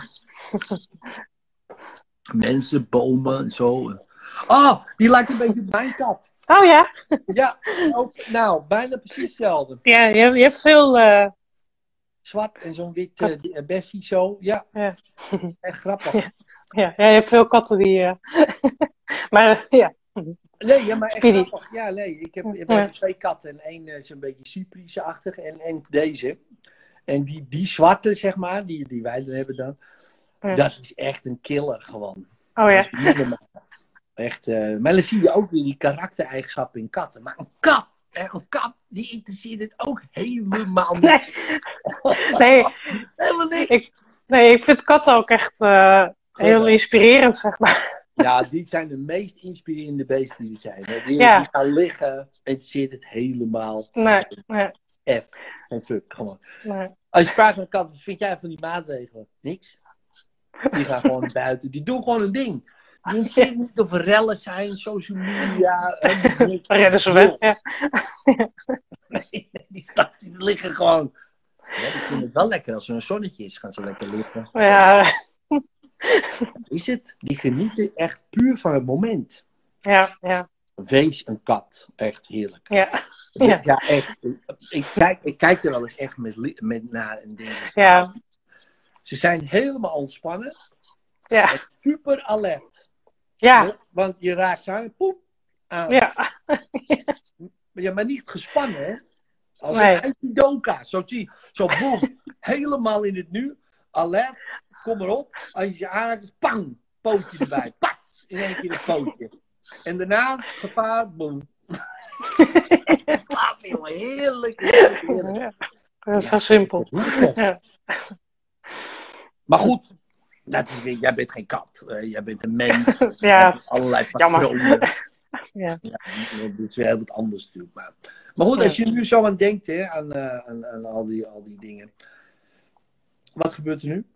Mensen, bomen en zo. Oh, die lijkt een beetje op mijn kat. Oh ja? Ja, ook, nou, bijna precies hetzelfde. Ja, je hebt veel... Zwart en zo'n wit beffie zo. Ja, Ja. echt grappig. Ja, je hebt veel katten die... Maar ja. Nee, ja, maar echt Speedy. grappig. Ja, nee, ik heb 2 katten. En één is een beetje Cyprische-achtig en deze. En die zwarte, zeg maar, die wij dan hebben dan. Ja. Dat is echt een killer gewoon. Oh ja. Dat is niet normaal. Echt, maar dan zie je ook weer die karaktereigenschappen in katten. Maar een kat, die interesseert het ook helemaal niet. Nee, Helemaal niks. ik vind katten ook echt heel inspirerend, zeg maar. Ja, die zijn de meest inspirerende beesten die er zijn. Hè. Die gaan liggen, interesseert het helemaal. Nee. F en fuck, gewoon. Nee. Als je vraagt aan een kat, wat vind jij van die maatregelen? Niks. Die gaan gewoon naar buiten. Die doen gewoon een ding. Die interesseert niet of er rellen zijn, social media. Redden ze weg. Ja. Nee, die liggen gewoon. Ja, die vinden het wel lekker als er een zonnetje is, gaan ze lekker liggen. Ja. Is het? Die genieten echt puur van het moment. Ja. Wees een kat. Echt heerlijk. Ja. Ja, echt. Ik kijk er wel eens echt met naar en denk. Ja. Ze zijn helemaal ontspannen. Ja. Super alert. Ja. Want je raakt ze aan. Poep. Aan. Ja. Ja, maar niet gespannen, hè? Als Nee. een aikidoka. Zo zie je. Zo boem. Helemaal in het nu. Alert. Kom erop. Als je aanraakt, pang. Pootje erbij. Pats. In één keer het pootje. En daarna, gevaar, boem. Slaap, jongen. Heerlijk. Ja. Dat is zo simpel. Ja. Maar goed. Dat is weer, jij bent geen kat. Jij bent een mens. Ja. Allerlei Jammer. patronen. Ja. Dit is weer heel wat anders natuurlijk. Maar goed, als je nu zo aan denkt, hè, aan al die dingen. Wat gebeurt er nu?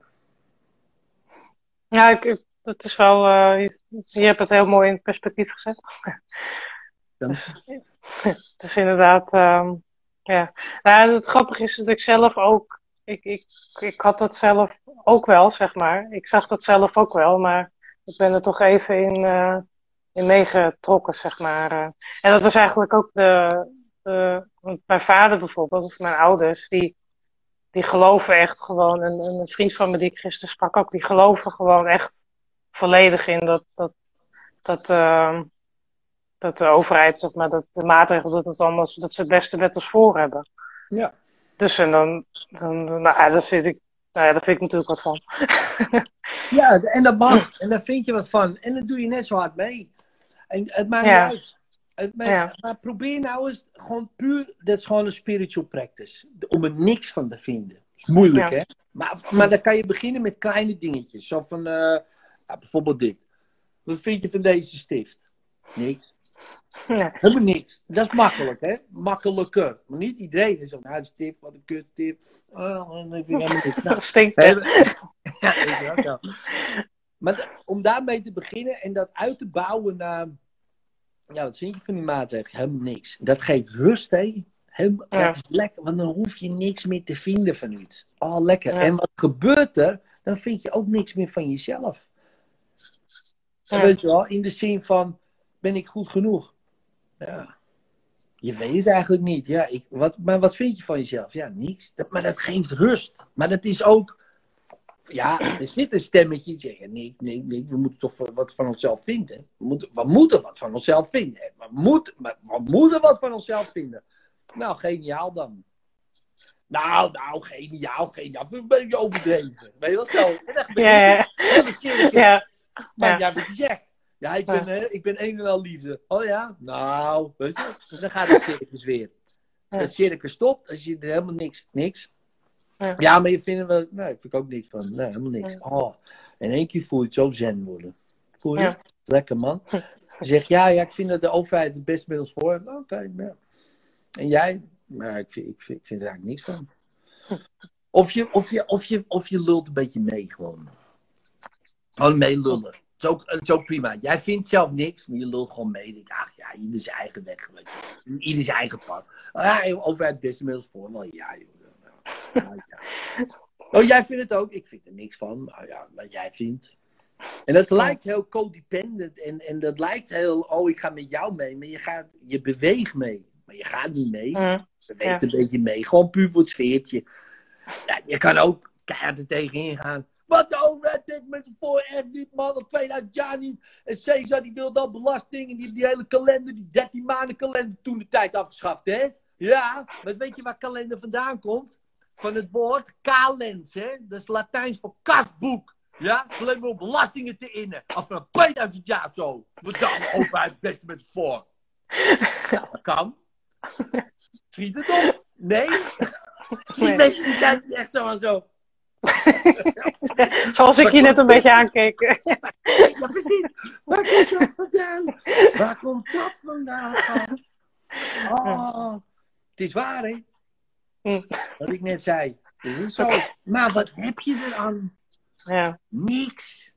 Ja, dat is wel... je hebt het heel mooi in perspectief gezet. Dan? Dus inderdaad... ja. Nou, het grappige is dat ik zelf ook... Ik had dat zelf ook wel, zeg maar. Ik zag dat zelf ook wel, maar ik ben er toch even in meegetrokken, zeg maar. En dat was eigenlijk ook want mijn vader bijvoorbeeld, of mijn ouders, die geloven echt gewoon, en een vriend van me die ik gisteren sprak ook, die geloven gewoon echt volledig in dat de overheid, zeg maar, dat de maatregelen, dat ze het beste met ons voor hebben. Ja. Dus en dan nou, dat vind ik natuurlijk wat van. Ja, en dat mag. En daar vind je wat van. En dan doe je net zo hard mee. En het maakt niet uit. Maar probeer nou eens gewoon puur, dat is gewoon een spiritual practice. Om er niks van te vinden. Dat is moeilijk, hè? Maar dan kan je beginnen met kleine dingetjes. Zo van, bijvoorbeeld dit. Wat vind je van deze stift? Niks. Nee. Helemaal niks. Dat is makkelijk, hè? Makkelijker. Maar niet iedereen is zo, nou, stift, wat een kutstift. Oh, dan vind ik helemaal niks. Nou, Stinkt. ja, weet je wel. Maar om daarmee te beginnen en dat uit te bouwen naar... Ja, wat vind je van die maatregelen? Helemaal niks. Dat geeft rust, hè? Dat is lekker, want dan hoef je niks meer te vinden van iets. Oh, lekker. Ja. En wat gebeurt er? Dan vind je ook niks meer van jezelf. Ja. Weet je wel, in de zin van, ben ik goed genoeg? Ja. Je weet het eigenlijk niet. Ja, maar wat vind je van jezelf? Ja, niks. Maar dat geeft rust. Maar dat is ook... Ja, er zit een stemmetje die zegt, nee, we moeten toch wat van onszelf vinden. We moeten wat van onszelf vinden. We moeten wat van onszelf vinden. Nou, geniaal dan. Nou, geniaal. Dat is een beetje overdreven. Weet je wel zo? Ja. Maar ja, wat je zegt. Ja, ik ben een en al liefde. Oh ja? Nou, weet je. Dan gaat het circus weer. Het circus stopt, dan zie je er helemaal niks. Ja, maar je vindt er wel... Nee, ik vind ook niks van. Nee, helemaal niks. Oh, in één keer voel je het zo zen worden. Voel je het? Lekker, man. Je zegt, ja, ik vind dat de overheid het beste met ons voor heeft. Oké, ja. En jij? Nou, ik vind er eigenlijk niks van. Of je lult een beetje mee, gewoon. Gewoon meelullen. Het is ook prima. Jij vindt zelf niks, maar je lult gewoon mee. Denk, ach ja, ieder zijn eigen weg. Ieder zijn eigen pad. Ja, de overheid het beste met ons voor. Wel, ja, joh. Ja. Oh, jij vindt het ook? Ik vind er niks van. Maar ja, wat jij vindt. En dat lijkt heel codependent. En dat lijkt heel... Oh, ik ga met jou mee. Maar je beweegt mee. Maar je gaat niet mee. Je beweegt een beetje mee. Gewoon puur voor het sfeertje. Ja, je kan ook keihard er tegenin gaan. Wat de overheid denkt met voor echt niet, man. Al 2000 jaar niet. En Caesar die wil dan belasting. En die hele kalender, die 13 maanden kalender toen de tijd afgeschaft, hè? Ja, maar weet je waar kalender vandaan komt? Van het woord kalens, hè? Dat is Latijns voor kasboek. Ja? Alleen maar om belastingen te innen. Al van 2000 jaar zo. Wat dan de overheid het beste met voor? Ja, dat kan. Schiet het op? Nee? Die mensen die kijken echt zo en zo. Zoals ik je net een beetje aankeek. Ja, precies. Waar komt dat vandaan? Waar komt dat vandaan? Oh, het is waar, hè? Wat ik net zei. Het is zo. Maar wat heb je eraan? Ja. Niks.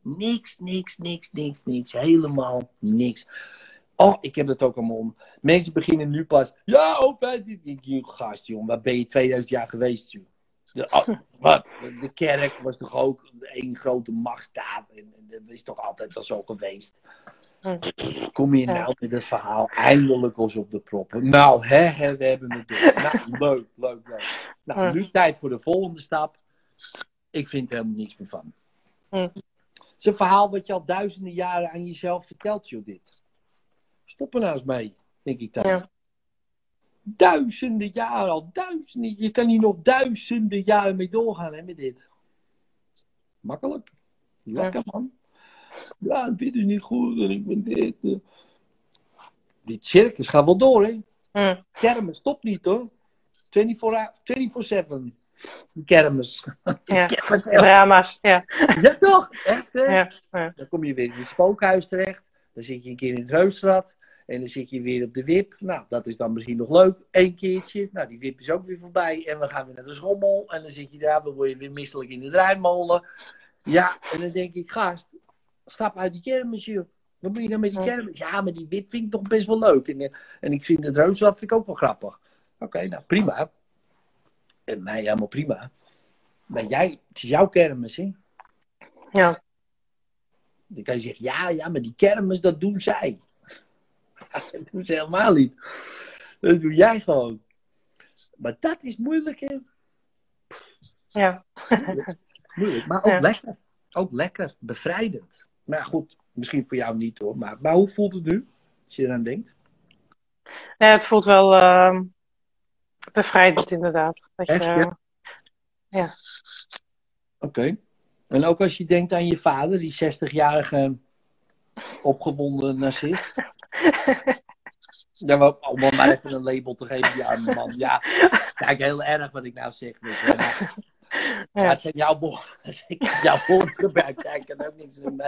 Helemaal niks. Oh, ik heb dat ook allemaal om. Mensen beginnen nu pas. Ja, overheid. Gast, jongen. Waar ben je 2000 jaar geweest, joh? Wat? De kerk was toch ook één grote machtsstaat. En dat is toch altijd al zo geweest. Kom je nou met het verhaal eindelijk eens op de proppen. Nou, we hebben het door. Nou, leuk. Nou, nu tijd voor de volgende stap. Ik vind er helemaal niets meer van. Het is een verhaal wat je al duizenden jaren aan jezelf vertelt, joh, dit. Stop er nou eens mee, denk ik dan. Ja. Duizenden jaren al, je kan hier nog duizenden jaren mee doorgaan, hè, met dit. Makkelijk. Lekker, man. Ja, dit is niet goed en ik ben dit. Dit circus gaat wel door, hè. Kermis stopt niet, hoor. 24/7. Kermis. Ja, drama's, ja. Ja, toch? Echt, hè? Ja. Dan kom je weer in het spookhuis terecht. Dan zit je een keer in het Reusrad. En dan zit je weer op de wip. Nou, dat is dan misschien nog leuk. Eén keertje. Nou, die wip is ook weer voorbij. En we gaan weer naar de schommel. En dan zit je daar. Dan word je weer misselijk in de draaimolen. Ja, en dan denk ik, gast, stap uit die kermis, joh. Wat moet je nou met die kermis? Ja, maar die wip vind ik toch best wel leuk. En ik vind het Reusrad vind ik ook wel grappig. Oké, nou prima. En mij helemaal prima. Maar het is jouw kermis, hè? Ja. Dan kan je zeggen, ja, maar die kermis, dat doen zij. Dat doen ze helemaal niet. Dat doe jij gewoon. Maar dat is moeilijk, hè? Ja. Moeilijk, maar ook lekker. Ook lekker, bevrijdend. Maar goed, misschien voor jou niet, hoor. Maar hoe voelt het nu, als je eraan denkt? Ja, het voelt wel bevrijdend, inderdaad. Dat echt, je, ja. Oké. En ook als je denkt aan je vader, die 60-jarige opgewonden narcist. Ja, om maar even een label te geven, die arme man. Ja, kijk, heel erg wat ik nou zeg. Weet je. Ja, het zijn jouw woorden. Ik heb jouw woorden gebruikt. Ja, ik kan ook niks doen.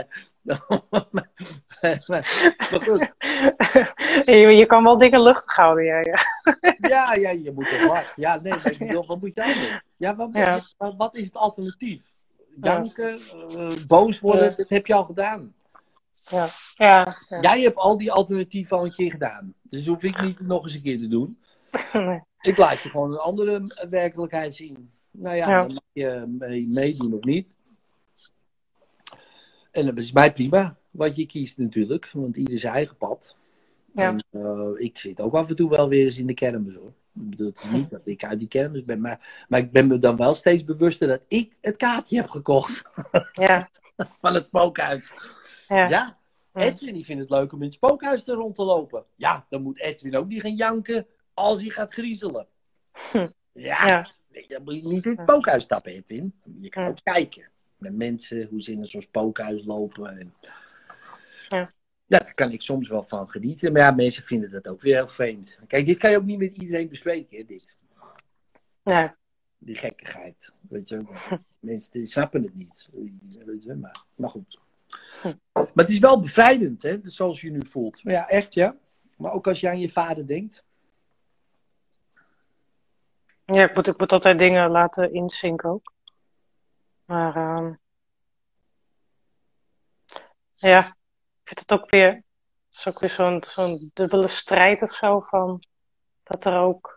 Maar goed. Je kan wel dingen luchtig houden, ja. Ja, je moet er hard. Ja, nee, maar ik bedoel, wat moet je anders? Ja, wat is het alternatief? Janken, boos worden, dat heb je al gedaan. Ja. Jij hebt al die alternatieven al een keer gedaan. Dus hoef ik niet nog eens een keer te doen. Nee. Ik laat je gewoon een andere werkelijkheid zien. Nou ja, dan mag je meedoen of niet. En dat is mij prima wat je kiest natuurlijk. Want ieder zijn eigen pad. Ja. En ik zit ook af en toe wel weer eens in de kermis hoor. Ik bedoel, het is niet dat ik uit die kermis ben. Maar ik ben me dan wel steeds bewuster dat ik het kaartje heb gekocht. Ja. Van het spookhuis. Ja. Edwin die vindt het leuk om in het spookhuis er rond te lopen. Ja, dan moet Edwin ook niet gaan janken als hij gaat griezelen. Ja. Nee, dan moet je niet in het spookhuis stappen, Edwin. Je kan ook kijken met mensen hoe ze in zo'n spookhuis lopen. En... Ja, daar kan ik soms wel van genieten. Maar ja, mensen vinden dat ook weer heel vreemd. Kijk, dit kan je ook niet met iedereen bespreken, hè, dit. Nee. Die gekkigheid. Weet je, mensen die snappen het niet. Weet je, maar goed. Maar het is wel bevrijdend, hè, zoals je nu voelt. Maar ja, echt ja. Maar ook als je aan je vader denkt. Ja, ik moet altijd dingen laten inzinken ook. Maar ja, ik vind het ook weer, het is ook weer zo'n dubbele strijd of zo van, dat er ook,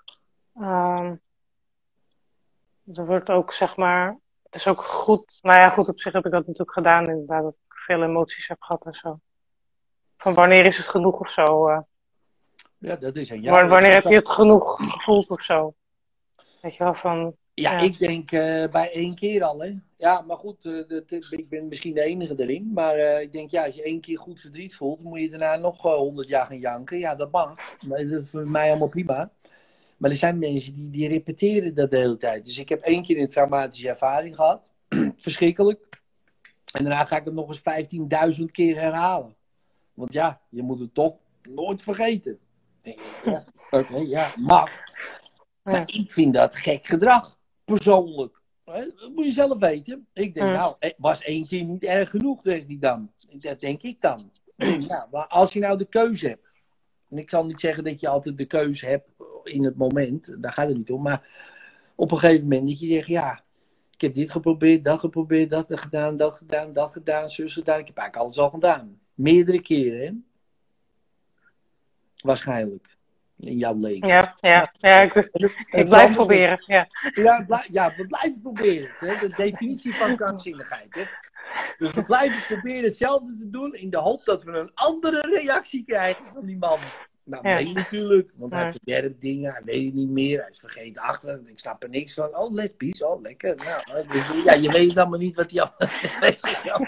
er wordt ook zeg maar, het is ook goed, nou ja goed, op zich heb ik dat natuurlijk gedaan inderdaad, dat ik veel emoties heb gehad en zo. Van wanneer is het genoeg of zo. Ja, dat is een jaar. Wanneer heb je het genoeg gevoeld of zo. Weet je wel, van... Ja, ik denk bij 1 keer al, hè. Ja, maar goed, ik ben misschien de enige erin. Maar ik denk, ja, als je 1 keer goed verdriet voelt, dan moet je daarna nog 100 jaar gaan janken. Ja, dat mag. Maar dat is voor mij allemaal prima. Maar er zijn mensen die repeteren dat de hele tijd. Dus ik heb 1 keer een traumatische ervaring gehad. Verschrikkelijk. En daarna ga ik het nog eens 15.000 keer herhalen. Want ja, je moet het toch nooit vergeten. Denk ik, ja, oké, ja, mag. Maar ik vind dat gek gedrag, persoonlijk. Dat moet je zelf weten. Ik denk, nou, was 1 keer niet erg genoeg, denk ik dan. Dat denk ik dan. Ik denk, ja, maar als je nou de keuze hebt. En ik zal niet zeggen dat je altijd de keuze hebt in het moment. Daar gaat het niet om. Maar op een gegeven moment dat je zegt, ja, ik heb dit geprobeerd, dat gedaan, dat gedaan, zus gedaan. Ik heb eigenlijk alles al gedaan. Meerdere keren, hè? Waarschijnlijk. In jouw leven. Ja, ik blijf proberen. Ja, we blijven proberen. Hè? De definitie van krankzinnigheid. Hè? Dus we blijven proberen hetzelfde te doen in de hoop dat we een andere reactie krijgen van die man. Nou, nee natuurlijk, want hij verwerpt dingen, hij weet het niet meer, hij is vergeten achter, ik snap er niks van. Oh, lesbisch, oh, lekker. Nou, dus, ja, je weet allemaal niet wat die andere...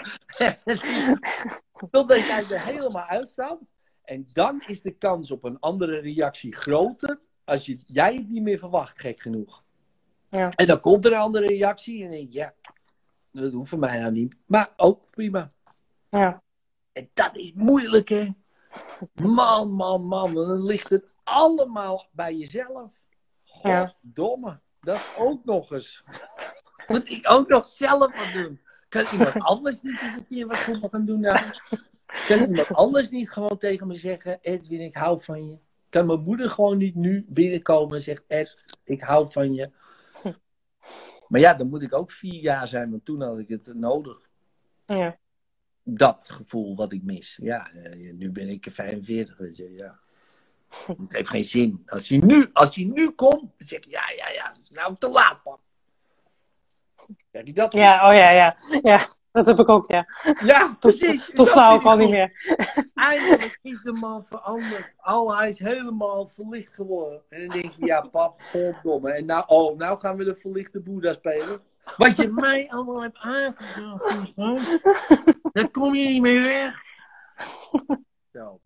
Totdat jij er helemaal uitstapt. En dan is de kans op een andere reactie groter als jij het niet meer verwacht, gek genoeg. Ja. En dan komt er een andere reactie en dan denk je, ja, dat hoeft voor mij nou niet. Maar ook prima. Ja. En dat is moeilijk, hè. Man. Dan ligt het allemaal bij jezelf. Goddomme. Dat ook nog eens. Moet ik ook nog zelf wat doen? Kan iemand anders niet eens een keer wat goed gaan doen nou? Kan iemand anders niet gewoon tegen me zeggen, Edwin, ik hou van je? Kan mijn moeder gewoon niet nu binnenkomen en zeggen, Ed, ik hou van je? Maar ja, dan moet ik ook 4 jaar zijn, want toen had ik het nodig. Ja. Dat gevoel wat ik mis. Ja, nu ben ik 45, weet je, ja. Het heeft geen zin. Als hij nu komt, dan zeg ik, ja, het is nou te laat, pap. Heb je dat? Ja, dat heb ik ook, ja. Ja, precies. Toen flauw ik al niet meer. Eindelijk is de man veranderd. Hij is helemaal verlicht geworden. En dan denk je, ja, pap, goddomme. En nou gaan we de verlichte Boeddha spelen. Wat je mij allemaal hebt aangedaan, daar kom je niet meer weg. Zo.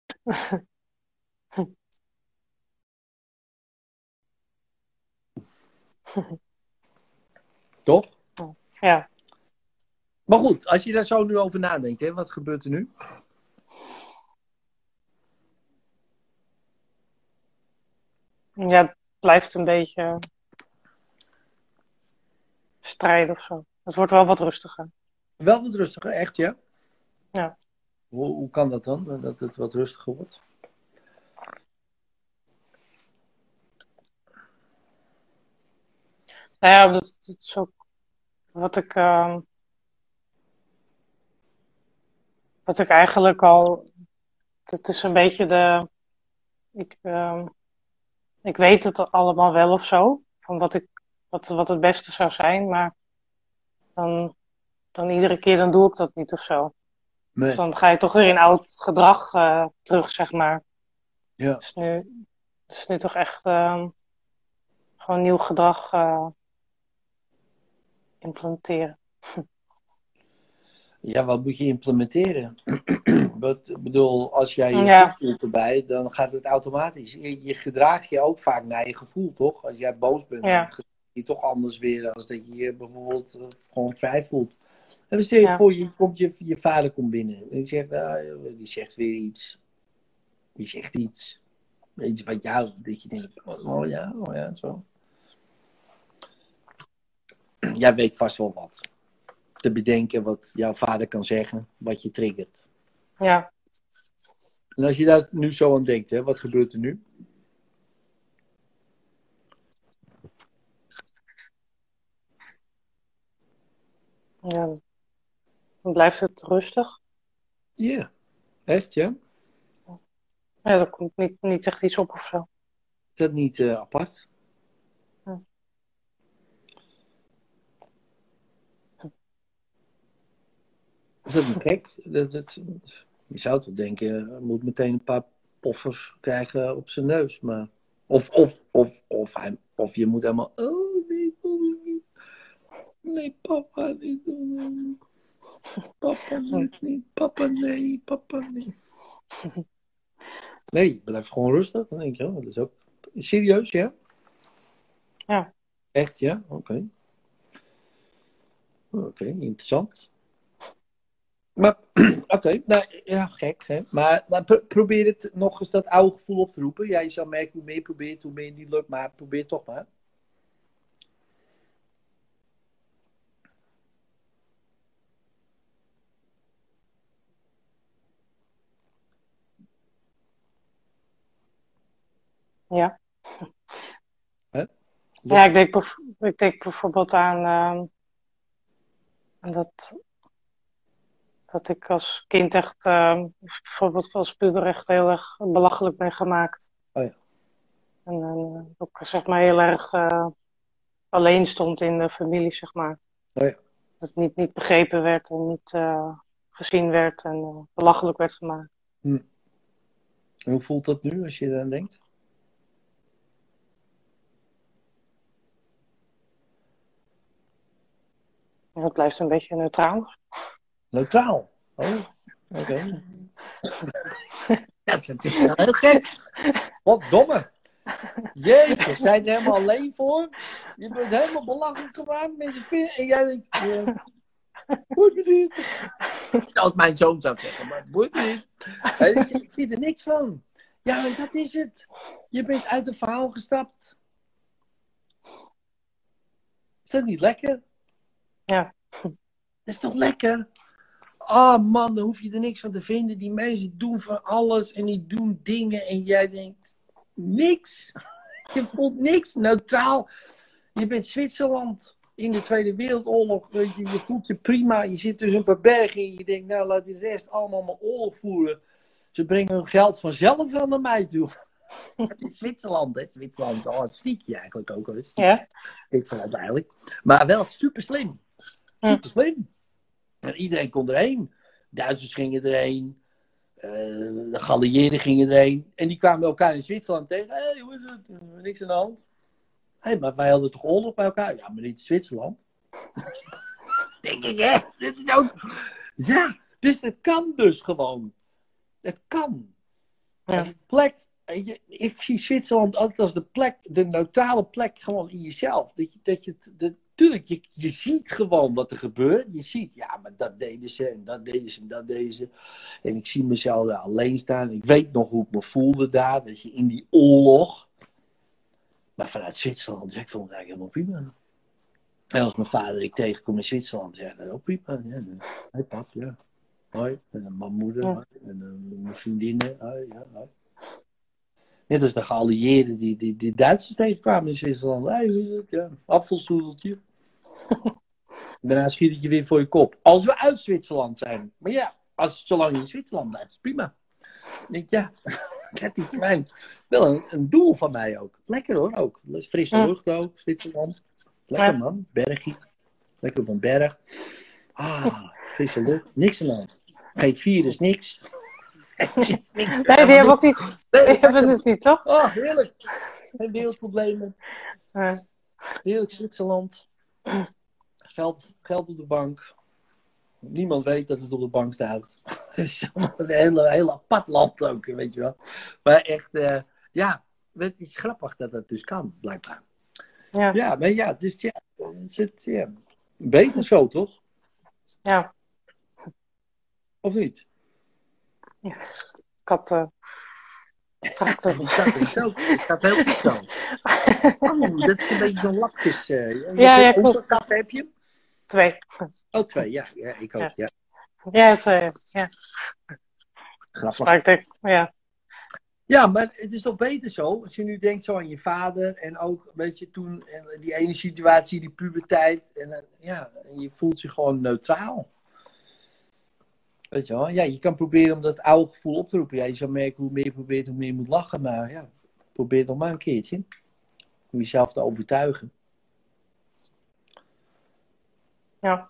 Toch? Ja. Maar goed, als je daar zo nu over nadenkt, hè, wat gebeurt er nu? Ja, het blijft een beetje strijden of zo. Het wordt wel wat rustiger. Wel wat rustiger, echt, ja? Ja. Hoe kan dat dan, dat het wat rustiger wordt? Nou ja, dat is ook wat ik eigenlijk al... Het is een beetje ik weet het allemaal wel of zo. Van wat het beste zou zijn. Maar dan iedere keer dan doe ik dat niet of zo. Nee. Dus dan ga je toch weer in oud gedrag terug, zeg maar. Ja. Dus nu toch echt gewoon nieuw gedrag implementeren. Ja, wat moet je implementeren? Ik bedoel, als jij je Ja. goed voelt erbij, dan gaat het automatisch. Je gedraagt je ook vaak naar je gevoel, toch? Als jij boos bent, Ja. dan gedraag je je toch anders weer dan dat je je bijvoorbeeld gewoon vrij voelt. En stel je Ja. voor, je vader komt binnen en die zegt weer iets. Die zegt iets. Iets wat jou, dat je denkt, oh ja, zo. Jij weet vast wel wat. Te bedenken wat jouw vader kan zeggen, wat je triggert. Ja. En als je daar nu zo aan denkt, hè, wat gebeurt er nu? Ja. Dan blijft het rustig. Ja, echt, ja? Ja, er komt niet echt iets op of zo. Is dat niet apart? Ja. Is dat niet gek? Je zou toch denken, hij moet meteen een paar poffers krijgen op zijn neus. Maar, of je moet helemaal, oh nee, nee papa, niet doen. Papa, niet, papa, nee, papa, nee. Nee, blijf gewoon rustig. Dan denk je, oh, dat is ook serieus, ja? Ja. Echt, ja? Oké. Oké, interessant. Maar, oké, nou ja, gek, hè? Maar probeer het nog eens dat oude gevoel op te roepen. Ja, je zal merken, hoe meer je probeert, hoe meer het niet lukt, maar probeer het toch maar. Ja. Hè? Ja, ik denk bijvoorbeeld aan dat ik als kind echt, bijvoorbeeld als puber echt heel erg belachelijk ben gemaakt. Oh ja. En ook zeg maar heel erg alleen stond in de familie, zeg maar. Oh ja. Dat niet begrepen werd en niet gezien werd en belachelijk werd gemaakt. En hoe voelt dat nu als je eraan denkt? En dat blijft een beetje neutraal. Neutraal. Oh, oké. Dat is wel heel gek. Wat domme. Jeetje, je staat er helemaal alleen voor. Je bent helemaal belachelijk gemaakt. Mensen vinden, en jij denkt, boeit me niet. Zoals mijn zoon zou zeggen, maar boeit me niet. Hij zegt, ik vind er niks van. Ja, en dat is het. Je bent uit het verhaal gestapt. Is dat niet lekker? Ja. Dat is toch lekker? Oh man, dan hoef je er niks van te vinden. Die mensen doen van alles en die doen dingen en jij denkt, niks. Je voelt niks, neutraal. Je bent Zwitserland in de Tweede Wereldoorlog. Je voelt je prima. Je zit tussen een paar bergen en je denkt, nou laat die rest allemaal maar oorlog voeren. Ze brengen hun geld vanzelf wel naar mij toe. Het is Zwitserland, hè. Zwitserland is al een stiekje eigenlijk ook. Een stiekje. Ja. Zwitserland eigenlijk. Maar wel super slim. Super slim. En iedereen kon erheen. Duitsers gingen erheen. De geallieerden gingen erheen. En die kwamen elkaar in Zwitserland tegen. Hé, hoe is het? Niks aan de hand. Hé, maar wij hadden toch oorlog bij elkaar? Ja, maar niet in Zwitserland. Denk ik, hè? Dit is ook... Ja, dus het kan dus gewoon. Het kan. Ja. De plek... Ik zie Zwitserland altijd als de plek, de neutrale plek gewoon in jezelf. Tuurlijk, je ziet gewoon wat er gebeurt. Je ziet, ja, maar dat deden ze en dat deden ze en dat deden ze. En ik zie mezelf daar alleen staan. Ik weet nog hoe ik me voelde daar, weet je, in die oorlog. Maar vanuit Zwitserland, ja, ik vond het eigenlijk helemaal prima. En als mijn vader ik tegenkom in Zwitserland, ja, dat is ook prima. Ja, hoi pap, ja. Hoi. En dan mijn moeder, hoi. En dan mijn vriendinnen, hoi, ja, hoi. Net als de geallieerden die Duitsers tegenkwamen in Zwitserland. Hey, hoe is het? Ja, afvalstoedeltje. Daarna schiet het je weer voor je kop. Als we uit Zwitserland zijn. Maar ja, zolang je in Zwitserland blijft, is prima. Dan denk ik, ja, dat is wel een doel van mij ook. Lekker hoor, ook. Frisse lucht ook, Zwitserland. Lekker man, bergje. Lekker op een berg. Frisse lucht. Niks aan de hand. Geen virus, niks. Nee, die hebben ook niet. Die hebben het niet, toch? Oh, heerlijk. Geen wereldproblemen. Heerlijk Zwitserland. Geld op de bank. Niemand weet dat het op de bank staat. Het is een heel apart land ook, weet je wel. Maar echt, ja, het is grappig dat dat dus kan, blijkbaar. Ja, maar ja, dus ja, beter zo, toch? Ja. Of niet? Ja. Ik had... Het gaat heel goed zo. Dat is een beetje zo'n lapjes. Hoeveel katten heb je? 2. Oh, 2, ja, ik ook, ja. Ja, 2, ja. Grappig. Maar ik denk, ja. Ja, maar het is toch beter zo, als je nu denkt zo aan je vader en ook, weet je, toen, en die ene situatie, die puberteit, en je voelt je gewoon neutraal. Weet je wel, ja, je kan proberen om dat oude gevoel op te roepen. Ja, je zou merken hoe meer je probeert, hoe meer je moet lachen, maar ja, probeer het nog maar een keertje. Om jezelf te overtuigen. Ja.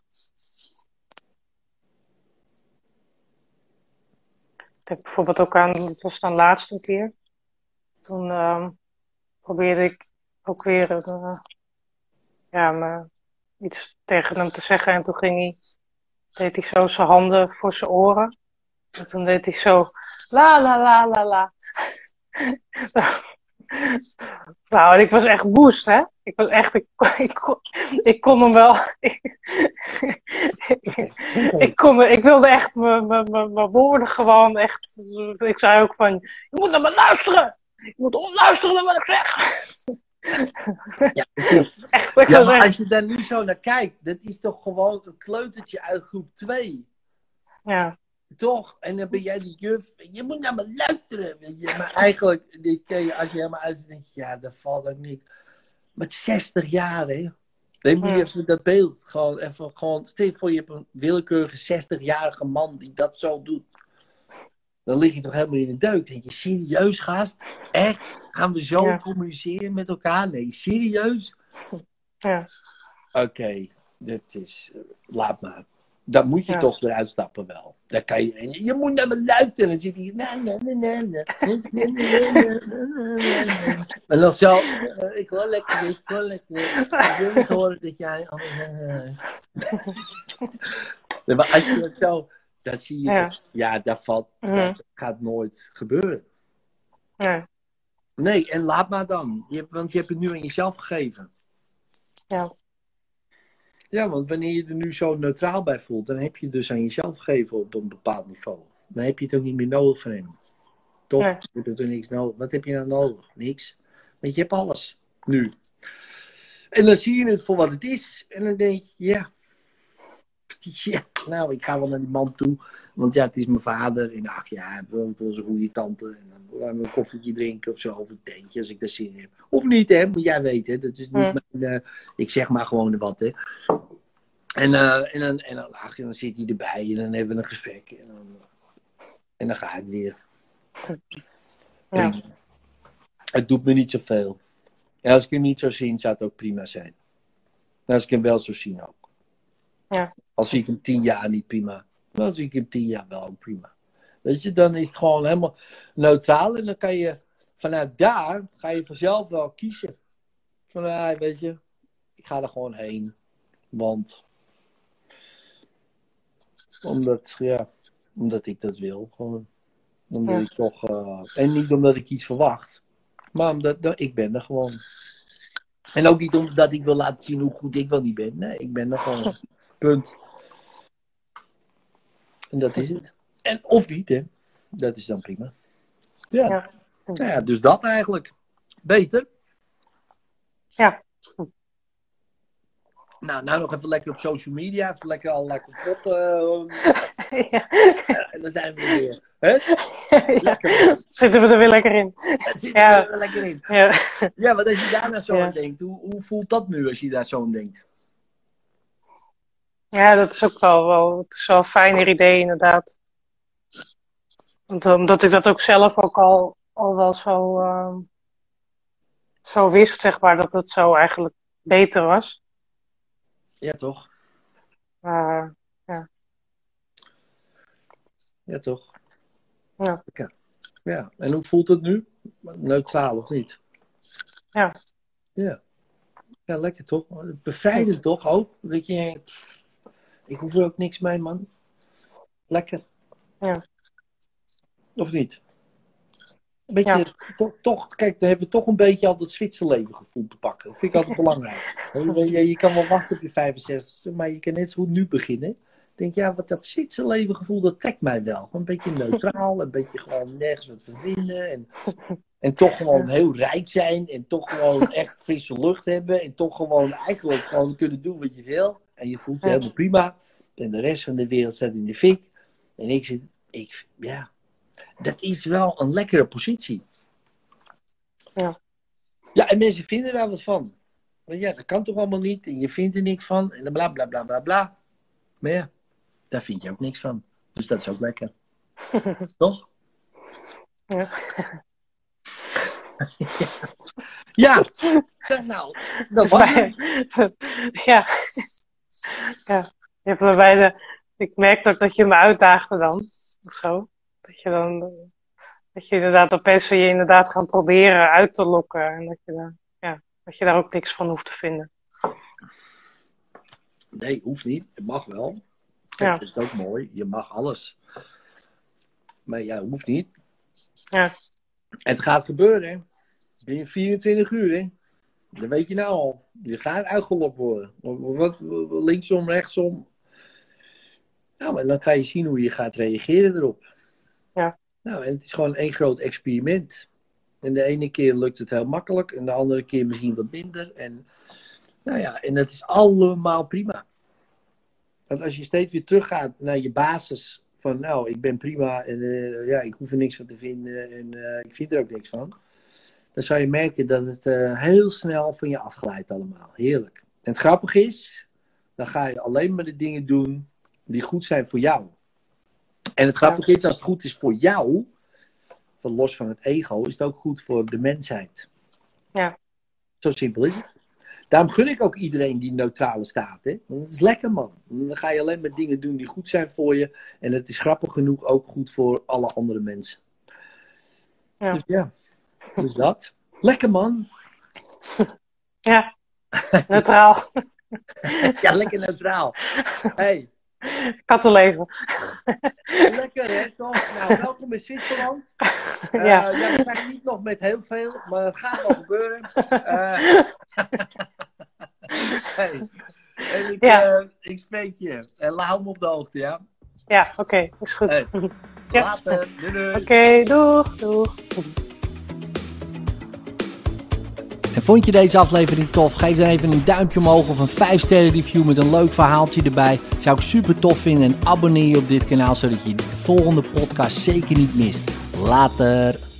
Ik denk bijvoorbeeld ook aan, dat was dan laatste keer. Toen probeerde ik ook weer iets tegen hem te zeggen. En toen deed hij zo zijn handen voor zijn oren. En toen deed hij zo, la la la la la. Nou, en ik was echt woest, hè. Ik was echt, ik kon hem wel. Ik wilde echt mijn woorden gewoon echt. Ik zei ook van, je moet naar me luisteren. Je moet luisteren naar wat ik zeg. Ja, echt, maar als je daar nu zo naar kijkt, dat is toch gewoon een kleutertje uit groep 2. Ja. Toch? En dan ben jij die juf. Je moet naar me luisteren. Weet je? Maar eigenlijk, als je helemaal uit denk je, ja, dat valt ook niet. Met 60 jaar, hè. Dan moet je even dat beeld gewoon. Stel je voor, je hebt een willekeurige 60-jarige man die dat zo doet. Dan lig je toch helemaal in de deuk. Denk je, serieus, gast? Echt? Gaan we zo communiceren met elkaar? Nee, serieus? Ja. Oké, dat is. Laat maar. Dan moet je toch eruit stappen wel. Dan kan je moet naar me luisteren. Dan zit hij. En dan zo. Ik hoor lekker. Ik wil niet horen dat jij. Maar als je dat zo. Dan zie je. Ja, dat gaat nooit gebeuren. Nee, en laat maar dan. Want je hebt het nu aan jezelf gegeven. Ja. Ja, want wanneer je er nu zo neutraal bij voelt, dan heb je het dus aan jezelf gegeven op een bepaald niveau. Dan heb je het ook niet meer nodig van hem. Toch? Je hebt er niks nodig. Wat heb je nou nodig? Niks. Want je hebt alles. Nu. En dan zie je het voor wat het is. En dan denk je, ja, nou, ik ga wel naar die man toe. Want ja, het is mijn vader. En ach ja, ik wil wel zo'n goede tante. En dan gaan we een koffietje drinken of zo. Of een theetje als ik daar zin in heb. Of niet, hè. Moet jij weten. Dat is niet mijn... ik zeg maar gewoon wat, hè. En dan zit hij erbij. En dan hebben we een gesprek. En dan ga ik weer. Ja. Het doet me niet zoveel. En als ik hem niet zou zien, zou het ook prima zijn. En als ik hem wel zou zien ook. Ja. Als zie ik hem 10 jaar niet prima. Maar als zie ik hem 10 jaar wel ook prima. Weet je, dan is het gewoon helemaal neutraal. En dan kan je, vanuit daar, ga je vanzelf wel kiezen. Van, weet je, ik ga er gewoon heen. Want, omdat ik dat wil. Gewoon. Omdat ik toch, en niet omdat ik iets verwacht. Maar omdat ik ben er gewoon. En ook niet omdat ik wil laten zien hoe goed ik wel niet ben. Nee, ik ben er gewoon. Punt. En dat is het. En of niet, hè. Dat is dan prima. Ja. Nou ja, dus dat eigenlijk. Beter. Ja. Nou nog even lekker op social media. Even lekker al lekker op. Ja. En dan zijn we er weer. Hè? Ja. Zitten we er weer lekker in. Zitten we er weer lekker in. Ja. Ja, wat als je daar nou zo aan denkt. Hoe voelt dat nu als je daar zo aan denkt? Ja, dat is ook wel het is wel een fijner idee inderdaad. Omdat ik dat ook zelf ook al wel zo wist, zeg maar, dat het zo eigenlijk beter was. Ja, toch? Ja. Ja, toch? Ja. Ja. En hoe voelt het nu? Neutraal of niet? Ja. Ja, lekker toch? Bevrijdend toch ook? Dat je denkt, ik hoef er ook niks mee, man. Lekker. Ja. Of niet? Een beetje, toch, kijk, dan hebben we toch een beetje al dat Zwitserleven gevoel te pakken. Dat vind ik altijd belangrijk. Je kan wel wachten op je 65, maar je kan net zo goed nu beginnen. Ik denk, ja, wat dat Zwitserleven gevoel, dat trekt mij wel. Een beetje neutraal, een beetje gewoon nergens wat vervinden. En toch gewoon heel rijk zijn. En toch gewoon echt frisse lucht hebben. En toch gewoon eigenlijk gewoon kunnen doen wat je wil. En je voelt je helemaal prima. En de rest van de wereld staat in de fik. En dat is wel een lekkere positie. Ja. Ja, en mensen vinden daar wat van. Want ja, dat kan toch allemaal niet. En je vindt er niks van. En bla bla bla bla bla. Maar ja, daar vind je ook niks van. Dus dat is ook lekker. Toch? Ja. Ja. Nou, dat was het. Ja. Ja. Je hebt waarbij ik merkte ook dat je me uitdaagde dan. Of zo. Dat je inderdaad op mensen je inderdaad gaan proberen uit te lokken. En dat je daar ook niks van hoeft te vinden. Nee, hoeft niet. Het mag wel. Ja. Dat is ook mooi. Je mag alles. Maar ja, hoeft niet. Ja. Het gaat gebeuren, hè. Binnen 24 uur, hè. Dat weet je nou al. Je gaat uitgelokt worden. Linksom, rechtsom. Nou, en dan kan je zien hoe je gaat reageren erop. Ja. Nou, en het is gewoon één groot experiment. En de ene keer lukt het heel makkelijk. En de andere keer misschien wat minder. En nou ja, en dat is allemaal prima. Want als je steeds weer teruggaat naar je basis. Van nou, ik ben prima. En ik hoef er niks van te vinden. En ik vind er ook niks van. Dan zou je merken dat het heel snel van je afglijdt allemaal. Heerlijk. En het grappige is. Dan ga je alleen maar de dingen doen die goed zijn voor jou. En het grappige is, als het goed is voor jou, los van het ego, is het ook goed voor de mensheid. Ja. Zo simpel is het. Daarom gun ik ook iedereen die neutrale staat. Hè? Want dat is lekker, man. Dan ga je alleen maar dingen doen die goed zijn voor je. En het is grappig genoeg ook goed voor alle andere mensen. Ja. Dus ja, dus dat. Lekker, man. Ja, neutraal. Ja, lekker neutraal. Hey. Kattenleven. Lekker, hè, toch? Nou, welkom in Zwitserland. Ja. We zijn niet nog met heel veel, maar het gaat wel gebeuren. Hey. En ik spreek je. En hou me op de hoogte, ja? Ja, oké. Is goed. Hey. Ja. Later. Doei. Oké, doeg. En vond je deze aflevering tof? Geef dan even een duimpje omhoog of een 5-sterren review met een leuk verhaaltje erbij. Zou ik super tof vinden en abonneer je op dit kanaal zodat je de volgende podcast zeker niet mist. Later!